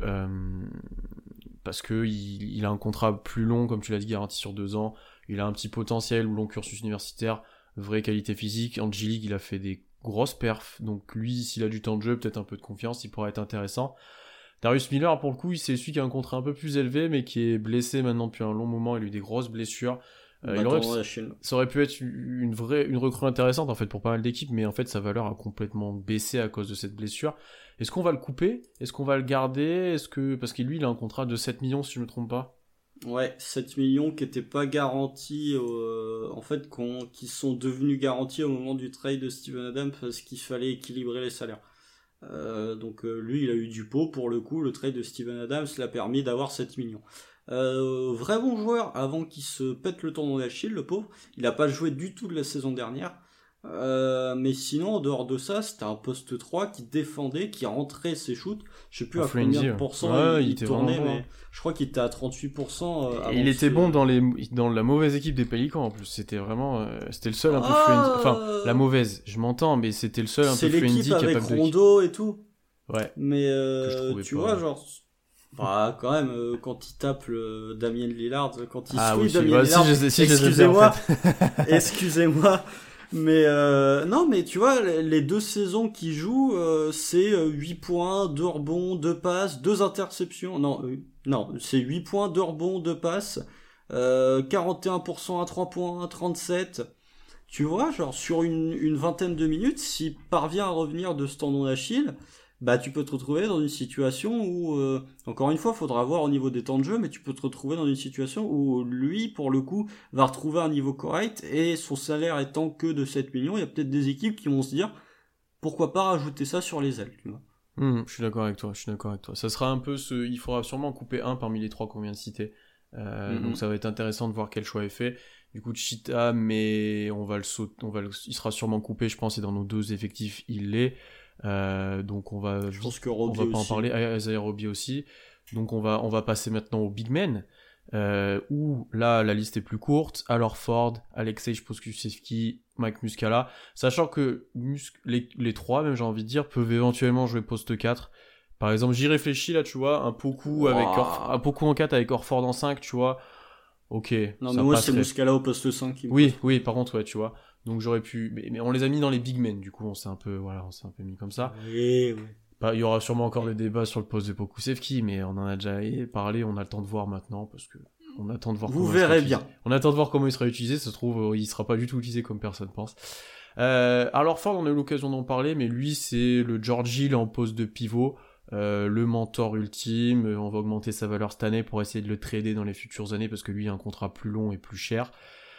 il a un contrat plus long, comme tu l'as dit, garanti sur 2 ans. Il a un petit potentiel, long cursus universitaire, vraie qualité physique. En G-League, il a fait des grosses perfs. Donc lui, s'il a du temps de jeu, peut-être un peu de confiance, il pourrait être intéressant. Darius Miller, pour le coup, c'est celui qui a un contrat un peu plus élevé, mais qui est blessé maintenant depuis un long moment. Il a eu des grosses blessures. Ça aurait pu être une recrue intéressante en fait pour pas mal d'équipes, mais en fait sa valeur a complètement baissé à cause de cette blessure. Est-ce qu'on va le couper? Est-ce qu'on va le garder? Parce que lui, il a un contrat de 7 millions si je me trompe pas. Ouais, 7 millions qui n'étaient pas garantis, en fait, qui sont devenus garantis au moment du trade de Steven Adams parce qu'il fallait équilibrer les salaires. Donc lui, il a eu du pot pour le coup. Le trade de Steven Adams l'a permis d'avoir 7 millions. Vrai bon joueur avant qu'il se pète le tendon d'Achille, le pauvre. Il n'a pas joué du tout de la saison dernière. Mais sinon, en dehors de ça, c'était un poste 3 qui défendait, qui rentrait ses shoots. Je sais plus à combien de pourcents il tournait, mais je crois qu'il était à 38%. Et il était bon dans la mauvaise équipe des Pélicans en plus. C'était vraiment, c'était le seul un peu fluency. Enfin, la mauvaise, je m'entends, mais c'était le seul un peu fluency capable de. C'est l'équipe avec Rondo et tout. Ouais. Mais tu vois, genre. Bah, quand même, quand il tape Damien Lillard, quand il suit Damien Lillard, excusez-moi, excusez-moi, mais non, mais tu vois, les 2 saisons qu'il joue, c'est 8 points, 2 rebonds, 2 passes, 2 interceptions, non, c'est 8 points, 2 rebonds, 2 passes, 41% à 3 points, 37, tu vois, genre sur une vingtaine de minutes, s'il parvient à revenir de ce tendon d'Achille, bah tu peux te retrouver dans une situation où, encore une fois, faudra voir au niveau des temps de jeu, mais tu peux te retrouver dans une situation où lui, pour le coup, va retrouver un niveau correct, et son salaire étant que de 7 millions, il y a peut-être des équipes qui vont se dire, pourquoi pas rajouter ça sur les ailes, tu vois. Je suis d'accord avec toi, Ça sera un peu il faudra sûrement couper un parmi les 3 qu'on vient de citer. Donc ça va être intéressant de voir quel choix est fait. Du coup, Cheetah, mais on va le sauter, il sera sûrement coupé, je pense, et dans nos 2 effectifs, il l'est. Donc on va pas en parler. Isaiah Roby aussi. Donc on va passer maintenant aux big men, où là la liste est plus courte. Al Horford, Alexei Pokusevski, Mike Muscala, sachant que les 3, même j'ai envie de dire, peuvent éventuellement jouer poste 4. Par exemple, j'y réfléchis là, tu vois, un Poku en 4 avec Horford en 5, tu vois. Ok. Non, mais moi c'est Muscala au poste 5. Oui, par contre, ouais, tu vois. Donc j'aurais pu, mais on les a mis dans les big men, du coup on s'est un peu mis comme ça. Oui. Bah, il y aura sûrement encore des débats sur le poste de Pokusevski, mais on en a déjà parlé, on a le temps de voir maintenant, parce que on attend de voir. Vous verrez bien. On attend de voir comment il sera utilisé, ça se trouve il sera pas du tout utilisé comme personne pense. Alors Ford, on a eu l'occasion d'en parler, mais lui c'est le George Hill en poste de pivot. le mentor ultime, on va augmenter sa valeur cette année pour essayer de le trader dans les futures années parce que lui a un contrat plus long et plus cher.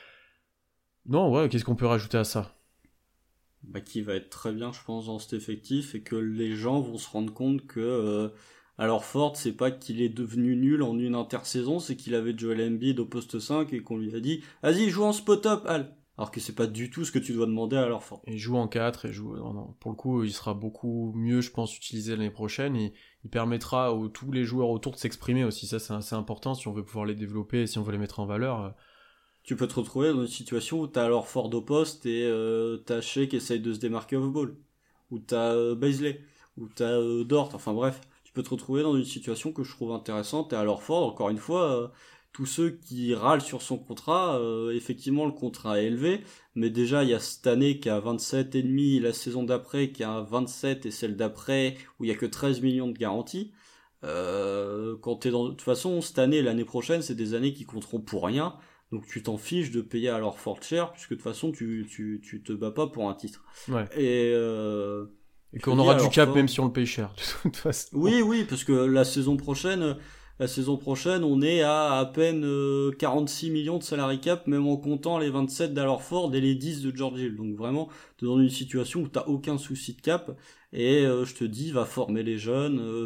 Non, ouais, qu'est-ce qu'on peut rajouter à ça? Qui va être très bien, je pense, dans cet effectif, et que les gens vont se rendre compte que alors Ford, c'est pas qu'il est devenu nul en une intersaison, c'est qu'il avait Joel Embiid au poste 5 et qu'on lui a dit vas-y, joue en spot-up, Al. Alors que c'est pas du tout ce que tu dois demander à alors Ford. Il joue en 4 et joue. Non, pour le coup, il sera beaucoup mieux, je pense, utilisé l'année prochaine. Et il permettra à tous les joueurs autour de s'exprimer aussi. Ça, c'est assez important si on veut pouvoir les développer et si on veut les mettre en valeur. Tu peux te retrouver dans une situation où t'as alors Ford au poste et t'as Shea qui essaye de se démarquer off-ball. Ou t'as Baisley. Ou t'as Dort. Enfin bref, tu peux te retrouver dans une situation que je trouve intéressante. Et alors Ford, encore une fois, tous ceux qui râlent sur son contrat, effectivement le contrat est élevé. Mais déjà, il y a cette année qui a 27,5, la saison d'après qui a 27 et celle d'après où il y a que 13 millions de garanties. Quand t'es dans... De toute façon, cette année et l'année prochaine, c'est des années qui compteront pour rien. Donc tu t'en fiches de payer à leur fort cher, puisque de toute façon tu te bats pas pour un titre. Ouais. Et qu'on aura du cap même si on le paye cher, de toute façon. Oui, parce que la saison prochaine, on est à peine 46 millions de salary cap, même en comptant les 27 d'Alor Ford et les 10 de George Hill. Donc vraiment, t'es dans une situation où t'as aucun souci de cap, et je te dis, va former les jeunes,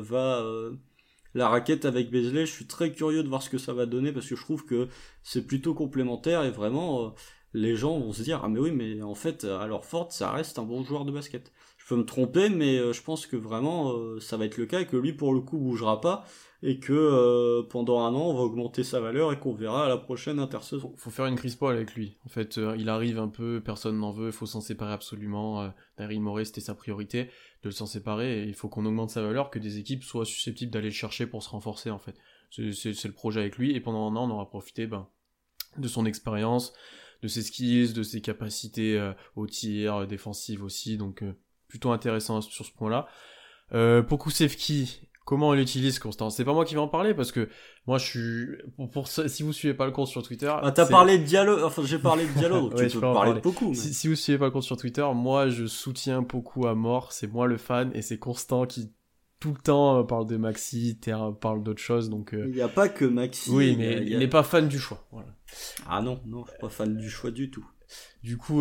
la raquette avec Beasley, je suis très curieux de voir ce que ça va donner parce que je trouve que c'est plutôt complémentaire et vraiment les gens vont se dire ah mais oui mais en fait alors Ford ça reste un bon joueur de basket. Je peux me tromper mais je pense que vraiment ça va être le cas et que lui pour le coup bougera pas et que pendant un an on va augmenter sa valeur et qu'on verra à la prochaine intersaison. Faut faire une Chris Paul avec lui. En fait, il arrive un peu, personne n'en veut, il faut s'en séparer absolument. Daryl Morey, c'était sa priorité de s'en séparer et il faut qu'on augmente sa valeur, que des équipes soient susceptibles d'aller le chercher pour se renforcer en fait. C'est le projet avec lui et pendant un an on aura profité de son expérience, de ses skills, de ses capacités au tir, défensives aussi, donc plutôt intéressant sur ce point-là. Pokusevski, comment on l'utilise, Constant? C'est pas moi qui vais en parler parce que moi je suis pour ça, si vous suivez pas le compte sur Twitter. T'as parlé de Diallo, enfin j'ai parlé de Diallo, donc ouais, tu peux parler de Poku. Mais... Si vous suivez pas le compte sur Twitter, moi je soutiens Poku à mort, c'est moi le fan et c'est Constant qui tout le temps parle de Maxi, parle d'autres choses, donc. Il n'y a pas que Maxi. Oui, mais il n'est pas fan du choix. Voilà. Ah non, je suis pas fan du choix du tout. Du coup,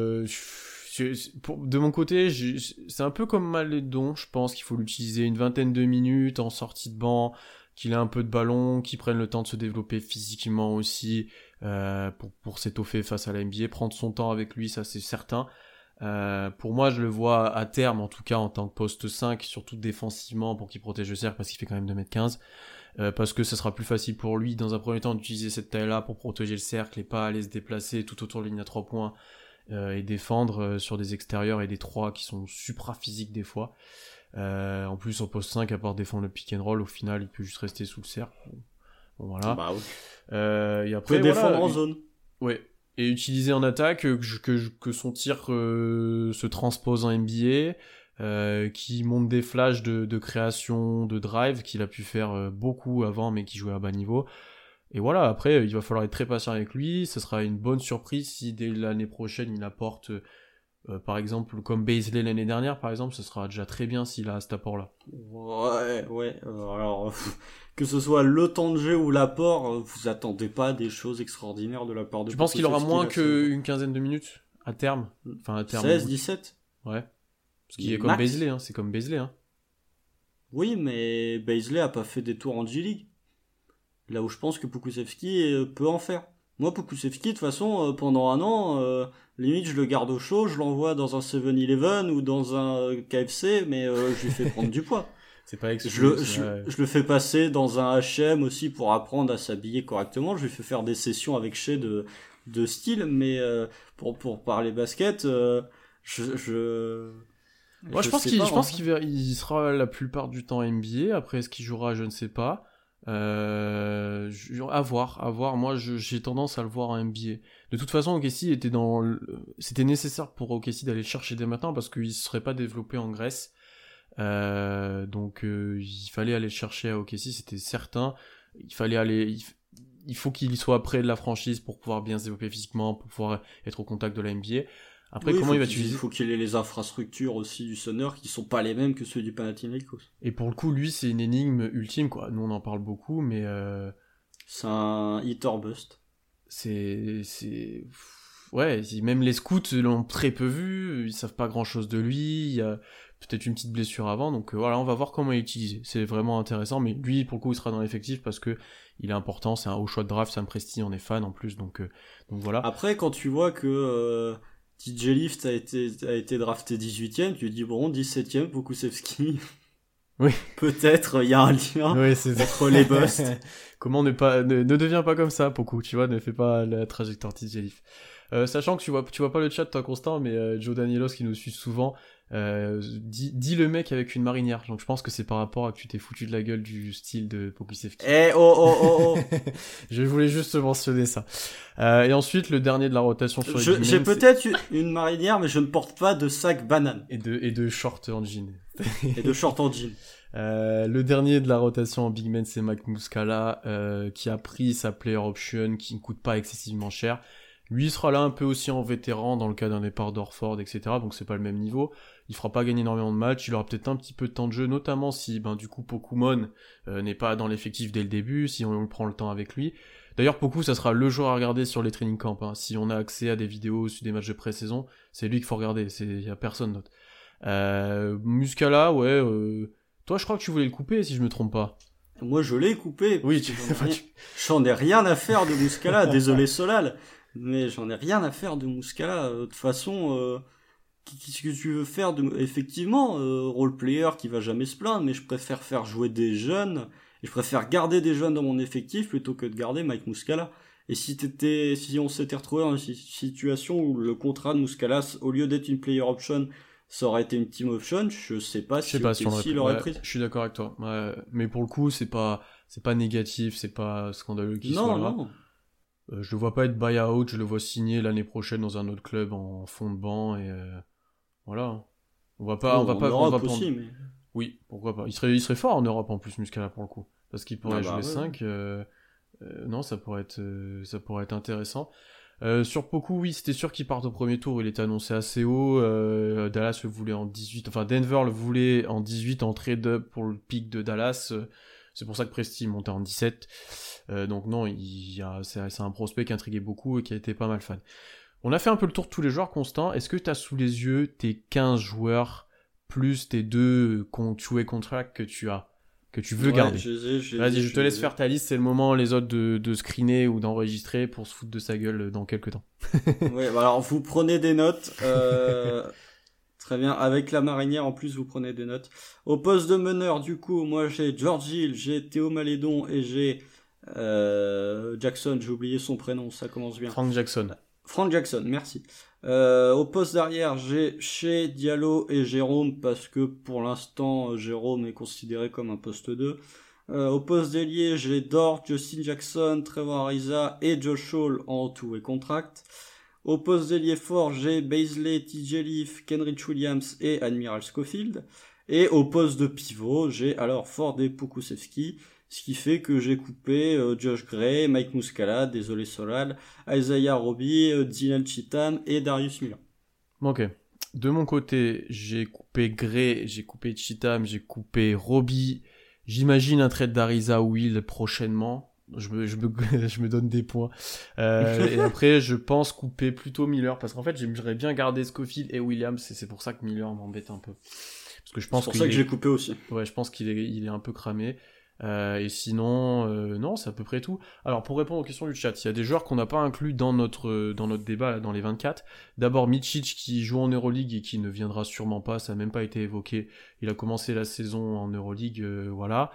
de mon côté, c'est un peu comme Malédon, je pense qu'il faut l'utiliser une vingtaine de minutes en sortie de banc, qu'il ait un peu de ballon, qu'il prenne le temps de se développer physiquement aussi, pour s'étoffer face à la NBA, prendre son temps avec lui, ça c'est certain. Pour moi, je le vois à terme, en tout cas en tant que poste 5, surtout défensivement pour qu'il protège le cercle parce qu'il fait quand même 2m15. Parce que ça sera plus facile pour lui dans un premier temps d'utiliser cette taille-là pour protéger le cercle et pas aller se déplacer tout autour de la ligne à 3 points et défendre sur des extérieurs et des 3 qui sont supra physiques des fois. En plus, au poste 5, à part défendre le pick and roll, au final, il peut juste rester sous le cercle. Bon voilà. Bah oui. Et après, peut défendre en zone. Ouais. Et utiliser en attaque, que son tir se transpose en NBA. Qui monte des flashs de création, de drive, qu'il a pu faire beaucoup avant, mais qui jouait à bas niveau. Et voilà, après, il va falloir être très patient avec lui. Ce sera une bonne surprise si dès l'année prochaine, il apporte, par exemple, comme Baisley l'année dernière, par exemple, ce sera déjà très bien s'il a cet apport-là. Ouais. Alors, que ce soit le temps de jeu ou l'apport, vous attendez pas des choses extraordinaires de la part de... Tu penses qu'il aura moins qu'une quinzaine de minutes à terme? Enfin, à terme. 16, 17 Ouais. Parce qu'il est comme Baisley, hein. C'est comme Baisley, hein. Oui, mais Baisley a pas fait des tours en G-League. Là où je pense que Pokusevski peut en faire. Moi, Pokusevski, de toute façon, pendant un an, limite, je le garde au chaud, je l'envoie dans un 7-Eleven ou dans un KFC, mais je lui fais prendre du poids. C'est pas je le fais passer dans un H&M aussi pour apprendre à s'habiller correctement. Je lui fais faire des sessions avec Shea de style, mais pour parler basket, Moi, je pense qu'il sera la plupart du temps NBA. Après, est-ce qu'il jouera, je ne sais pas. À voir. Moi, j'ai tendance à le voir en NBA. De toute façon, OKC c'était nécessaire pour OKC d'aller le chercher dès maintenant parce qu'il ne serait pas développé en Grèce. Donc, il fallait aller le chercher à OKC, c'était certain. Il faut qu'il soit près de la franchise pour pouvoir bien se développer physiquement, pour pouvoir être au contact de la NBA. Après, comment il va utiliser? Il faut qu'il ait les infrastructures aussi du Thunder qui sont pas les mêmes que ceux du Panathinaikos. Et pour le coup, lui, c'est une énigme ultime, quoi. Nous, on en parle beaucoup, mais c'est un hit or bust. Ouais, même les scouts l'ont très peu vu, ils savent pas grand chose de lui, il y a peut-être une petite blessure avant, donc voilà, on va voir comment il est utilisé. C'est vraiment intéressant, mais lui, pour le coup, il sera dans l'effectif parce que il est important, c'est un haut choix de draft, Sam Presti en est fan en plus, donc voilà. Après, quand tu vois que TJ Lift a été drafté 18ème, tu te dis bon, 17ème, Pokusevski. Oui. Peut-être il y a un lien entre les busts. Comment ne deviens pas comme ça, Poku, tu vois, ne fais pas la trajectoire TJ Lift. Sachant que tu vois pas le chat toi Constant, mais Joe Danielos qui nous suit souvent dit le mec avec une marinière, donc je pense que c'est par rapport à que tu t'es foutu de la gueule du style de Pokusevski. Oh Je voulais juste mentionner ça. Et ensuite le dernier de la rotation sur les big men, j'ai peut-être une marinière, mais je ne porte pas de sac banane. Et de short en jean. Et de short en jean. Le dernier de la rotation en big man, c'est Mike Muscala qui a pris sa player option qui ne coûte pas excessivement cher. Lui, il sera là un peu aussi en vétéran dans le cas d'un départ d'Orford, etc. Donc c'est pas le même niveau. Il fera pas gagner énormément de matchs. Il aura peut-être un petit peu de temps de jeu, notamment si du coup Pokumon n'est pas dans l'effectif dès le début, si on prend le temps avec lui. D'ailleurs, Poku, ça sera le joueur à regarder sur les training camps. Hein. Si on a accès à des vidéos sur des matchs de pré-saison, c'est lui qu'il faut regarder. Il y a personne d'autre. Muscala, ouais. Toi, je crois que tu voulais le couper, si je me trompe pas. Moi, je l'ai coupé. Oui, j'en ai rien à faire de Muscala. Désolé, Solal. Mais j'en ai rien à faire de Muscala. De toute façon, qu'est-ce que tu veux faire effectivement, role player qui va jamais se plaindre, mais je préfère faire jouer des jeunes, et je préfère garder des jeunes dans mon effectif plutôt que de garder Mike Muscala. Et si on s'était retrouvé dans une situation où le contrat de Muscala, au lieu d'être une player option, ça aurait été une team option, je sais pas si il aurait pris. Je suis d'accord avec toi. Ouais, mais pour le coup, c'est pas négatif, c'est pas scandaleux qu'il soit là. Non. Je le vois pas être buy-out, je le vois signer l'année prochaine dans un autre club en fond de banc et voilà. On va pas aussi, mais... Oui, pourquoi pas. Il serait fort en Europe en plus, Muscala, pour le coup, parce qu'il pourrait jouer 5. Non, ça pourrait être intéressant. Sur Poku, oui, c'était sûr qu'il parte au premier tour, il était annoncé assez haut. Dallas le voulait en 18, enfin Denver le voulait en 18 en trade-up pour le pick de Dallas. C'est pour ça que Presti montait en 17. Donc non, c'est un prospect qui intriguait beaucoup et qui a été pas mal fan. On a fait un peu le tour de tous les joueurs, Constant. Est-ce que tu as sous les yeux tes 15 joueurs plus tes 2 two-way contracts que tu veux garder? Vas-y, je te laisse faire ta liste, c'est le moment les autres de screener ou d'enregistrer pour se foutre de sa gueule dans quelques temps. Ouais, alors vous prenez des notes. Très bien, avec la marinière en plus vous prenez des notes. Au poste de meneur, du coup, moi j'ai George Hill, j'ai Théo Malédon et j'ai Jackson, j'ai oublié son prénom, ça commence bien. Frank Jackson, merci. Au poste d'arrière, j'ai Shea, Diallo et Jérôme, parce que pour l'instant, Jérôme est considéré comme un poste 2. Au poste d'ailier, j'ai Dort, Justin Jackson, Trevor Ariza et Josh Hall en two-way contract. Au poste d'ailier fort, j'ai Baisley, TJ Leaf, Kenrich Williams et Admiral Schofield. Et au poste de pivot, j'ai alors Ford et Pokusevski, ce qui fait que j'ai coupé Josh Gray, Mike Muscala, désolé Solal, Isaiah Roby, Dylan Cheatham et Darius Miller. Ok. De mon côté, j'ai coupé Gray, j'ai coupé Cheatham, j'ai coupé Roby. J'imagine un trade d'Ariza Will prochainement. Je me donne des points. Et après, je pense couper plutôt Miller, parce qu'en fait, j'aimerais bien garder Schofield et Williams, et c'est pour ça que Miller m'embête un peu. Parce que je pense c'est pour ça que j'ai coupé aussi. Ouais, je pense qu'il est un peu cramé. Et sinon, non, c'est à peu près tout. Alors, pour répondre aux questions du chat, il y a des joueurs qu'on n'a pas inclus dans notre débat, là, dans les 24. D'abord, Micic, qui joue en Euroleague et qui ne viendra sûrement pas, ça n'a même pas été évoqué. Il a commencé la saison en Euroleague, voilà.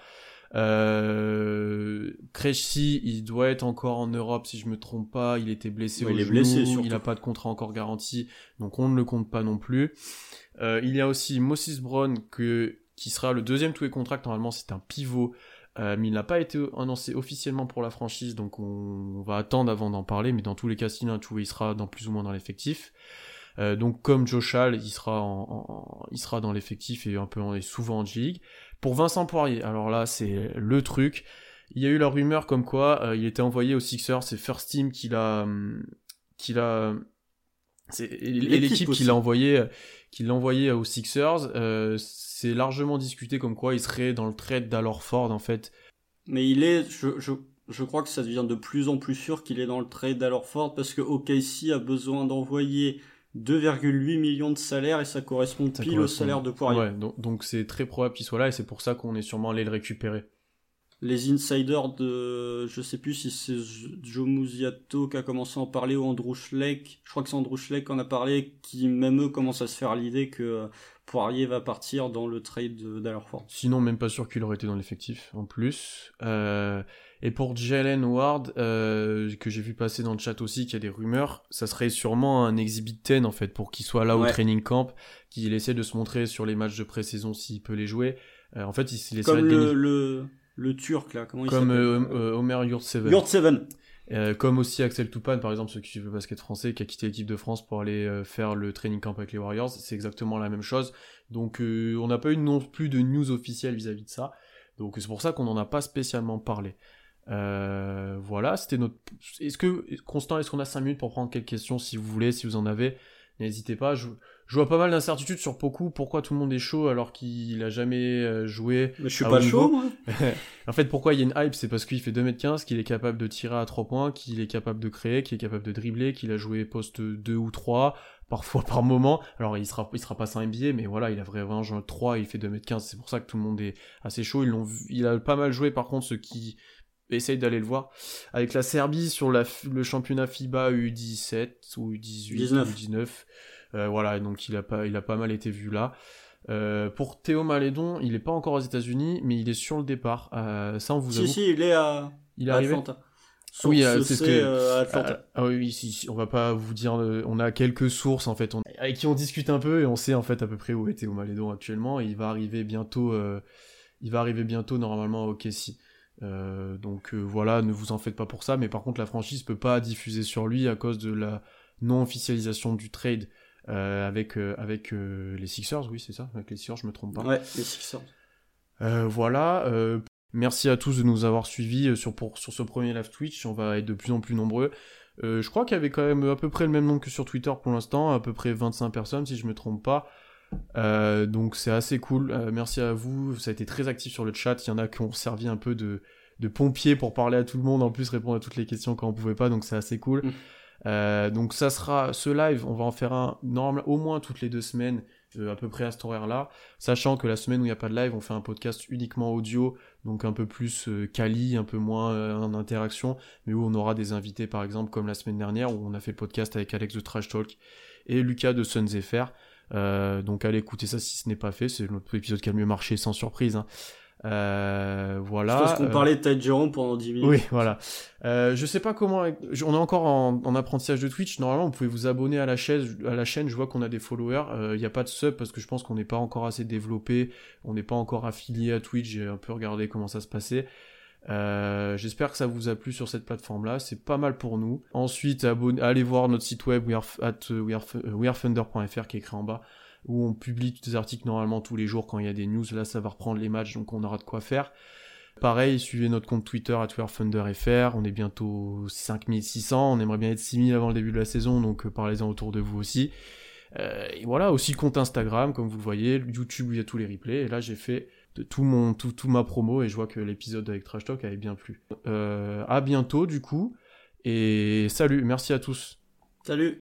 Krejci, il doit être encore en Europe, si je me trompe pas. Il était blessé au genou, il n'a pas de contrat encore garanti, donc on ne le compte pas non plus. Il y a aussi Moses Brown, qui sera le deuxième two-way contract. Normalement, c'est un pivot. Mais il n'a pas été annoncé officiellement pour la franchise, donc on va attendre avant d'en parler, mais dans tous les cas, s'il a un two-way, il sera plus ou moins dans l'effectif. Donc comme Josh Hall, il sera dans l'effectif et souvent en G-League. Pour Vincent Poirier, alors là, c'est le truc. Il y a eu la rumeur comme quoi il était envoyé aux Sixers, c'est First Team qui l'a Et l'équipe qui l'a envoyé aux Sixers, c'est largement discuté comme quoi il serait dans le trade d'Al Horford en fait. Mais je crois que ça devient de plus en plus sûr qu'il est dans le trade d'Al Horford parce que OKC a besoin d'envoyer 2,8 millions de salaire et ça correspond pile au salaire de Poirier. Ouais, donc c'est très probable qu'il soit là et c'est pour ça qu'on est sûrement allé le récupérer. Les insiders je sais plus si c'est Joe Musiato qui a commencé à en parler ou Andrew Schleck, je crois que c'est Andrew Schleck qui en a parlé, qui même eux commencent à se faire l'idée que Poirier va partir dans le trade d'Al Horford. Sinon, même pas sûr qu'il aurait été dans l'effectif en plus. Et pour Jaylen Ward, que j'ai vu passer dans le chat aussi, qu'il y a des rumeurs, ça serait sûrement un Exhibit 10 en fait, pour qu'il soit là au training camp, qu'il essaie de se montrer sur les matchs de pré-saison s'il peut les jouer. En fait, il essaie comme le Turc là, comment il s'appelle Comme Omer Yurtseven. Comme aussi Axel Toupane, par exemple, ceux qui suivent le basket français, qui a quitté l'équipe de France pour aller faire le training camp avec les Warriors, c'est exactement la même chose. Donc on n'a pas eu non plus de news officielle vis-à-vis de ça. Donc c'est pour ça qu'on n'en a pas spécialement parlé. Voilà, c'était notre... Constant, est-ce qu'on a 5 minutes pour prendre quelques questions si vous voulez, si vous en avez? N'hésitez pas, je vois pas mal d'incertitudes sur Poku, pourquoi tout le monde est chaud alors qu'il a jamais joué. Mais je suis pas chaud, moi. En fait, pourquoi il y a une hype, c'est parce qu'il fait 2m15, qu'il est capable de tirer à 3 points, qu'il est capable de créer, qu'il est capable de dribbler, qu'il a joué poste 2 ou 3, parfois par moment. Alors il sera pas ça NBA, mais voilà, il a vraiment joué 3 et il fait 2m15, c'est pour ça que tout le monde est assez chaud. Il a pas mal joué par contre, ceux qui essaye d'aller le voir, avec la Serbie sur le championnat FIBA U17 ou U18 19. ou U19. Voilà, donc il a pas mal été vu là. Pour Théo Malédon, il est pas encore aux États-Unis, mais il est sur le départ. Ça, on vous avoue. Si, il est à Atlanta. Oui, c'est ce que Atlanta. Oui, on va pas vous dire. On a quelques sources en fait, avec qui on discute un peu et on sait en fait à peu près où est Théo Malédon actuellement. Et il va arriver bientôt normalement au OKC. Donc voilà, ne vous en faites pas pour ça, mais par contre la franchise peut pas diffuser sur lui à cause de la non-officialisation du trade avec les Sixers, oui c'est ça, avec les Sixers, je me trompe pas. Ouais, les Sixers. Voilà, merci à tous de nous avoir suivis sur ce premier live Twitch, on va être de plus en plus nombreux. Je crois qu'il y avait quand même à peu près le même nombre que sur Twitter pour l'instant, à peu près 25 personnes si je me trompe pas. Donc c'est assez cool, merci à vous, ça a été très actif sur le chat, il y en a qui ont servi un peu de pompier pour parler à tout le monde, en plus répondre à toutes les questions quand on pouvait pas, donc c'est assez cool. Donc ça sera ce live, on va en faire un normal au moins toutes les 2 semaines, à peu près à cet horaire là, sachant que la semaine où il n'y a pas de live on fait un podcast uniquement audio, donc un peu plus quali, un peu moins en interaction, mais où on aura des invités par exemple comme la semaine dernière où on a fait le podcast avec Alex de Trash Talk et Lucas de Suns FR. Donc allez écouter ça si ce n'est pas fait, c'est notre épisode qui a le mieux marché sans surprise, hein. Voilà. Je pense qu'on parlait de Ty Jerome pendant 10 minutes. Oui, voilà. Je sais pas comment, on est encore en apprentissage de Twitch, normalement vous pouvez vous abonner à la chaîne, je vois qu'on a des followers, il n'y a pas de sub parce que je pense qu'on n'est pas encore assez développé, on n'est pas encore affilié à Twitch, j'ai un peu regardé comment ça se passait. J'espère que ça vous a plu sur cette plateforme là, c'est pas mal pour nous. Ensuite allez voir notre site web wearethunder.fr qui est écrit en bas, où on publie tous les articles normalement tous les jours quand il y a des news. Là ça va reprendre les matchs donc on aura de quoi faire. Pareil, suivez notre compte Twitter @wearethunder.fr, on est bientôt 5600, on aimerait bien être 6000 avant le début de la saison, donc parlez-en autour de vous aussi. Et voilà, aussi le compte Instagram comme vous le voyez, YouTube où il y a tous les replays, et là j'ai fait de tout ma promo et je vois que l'épisode avec Trash Talk avait bien plu. À bientôt du coup, et salut, merci à tous. Salut.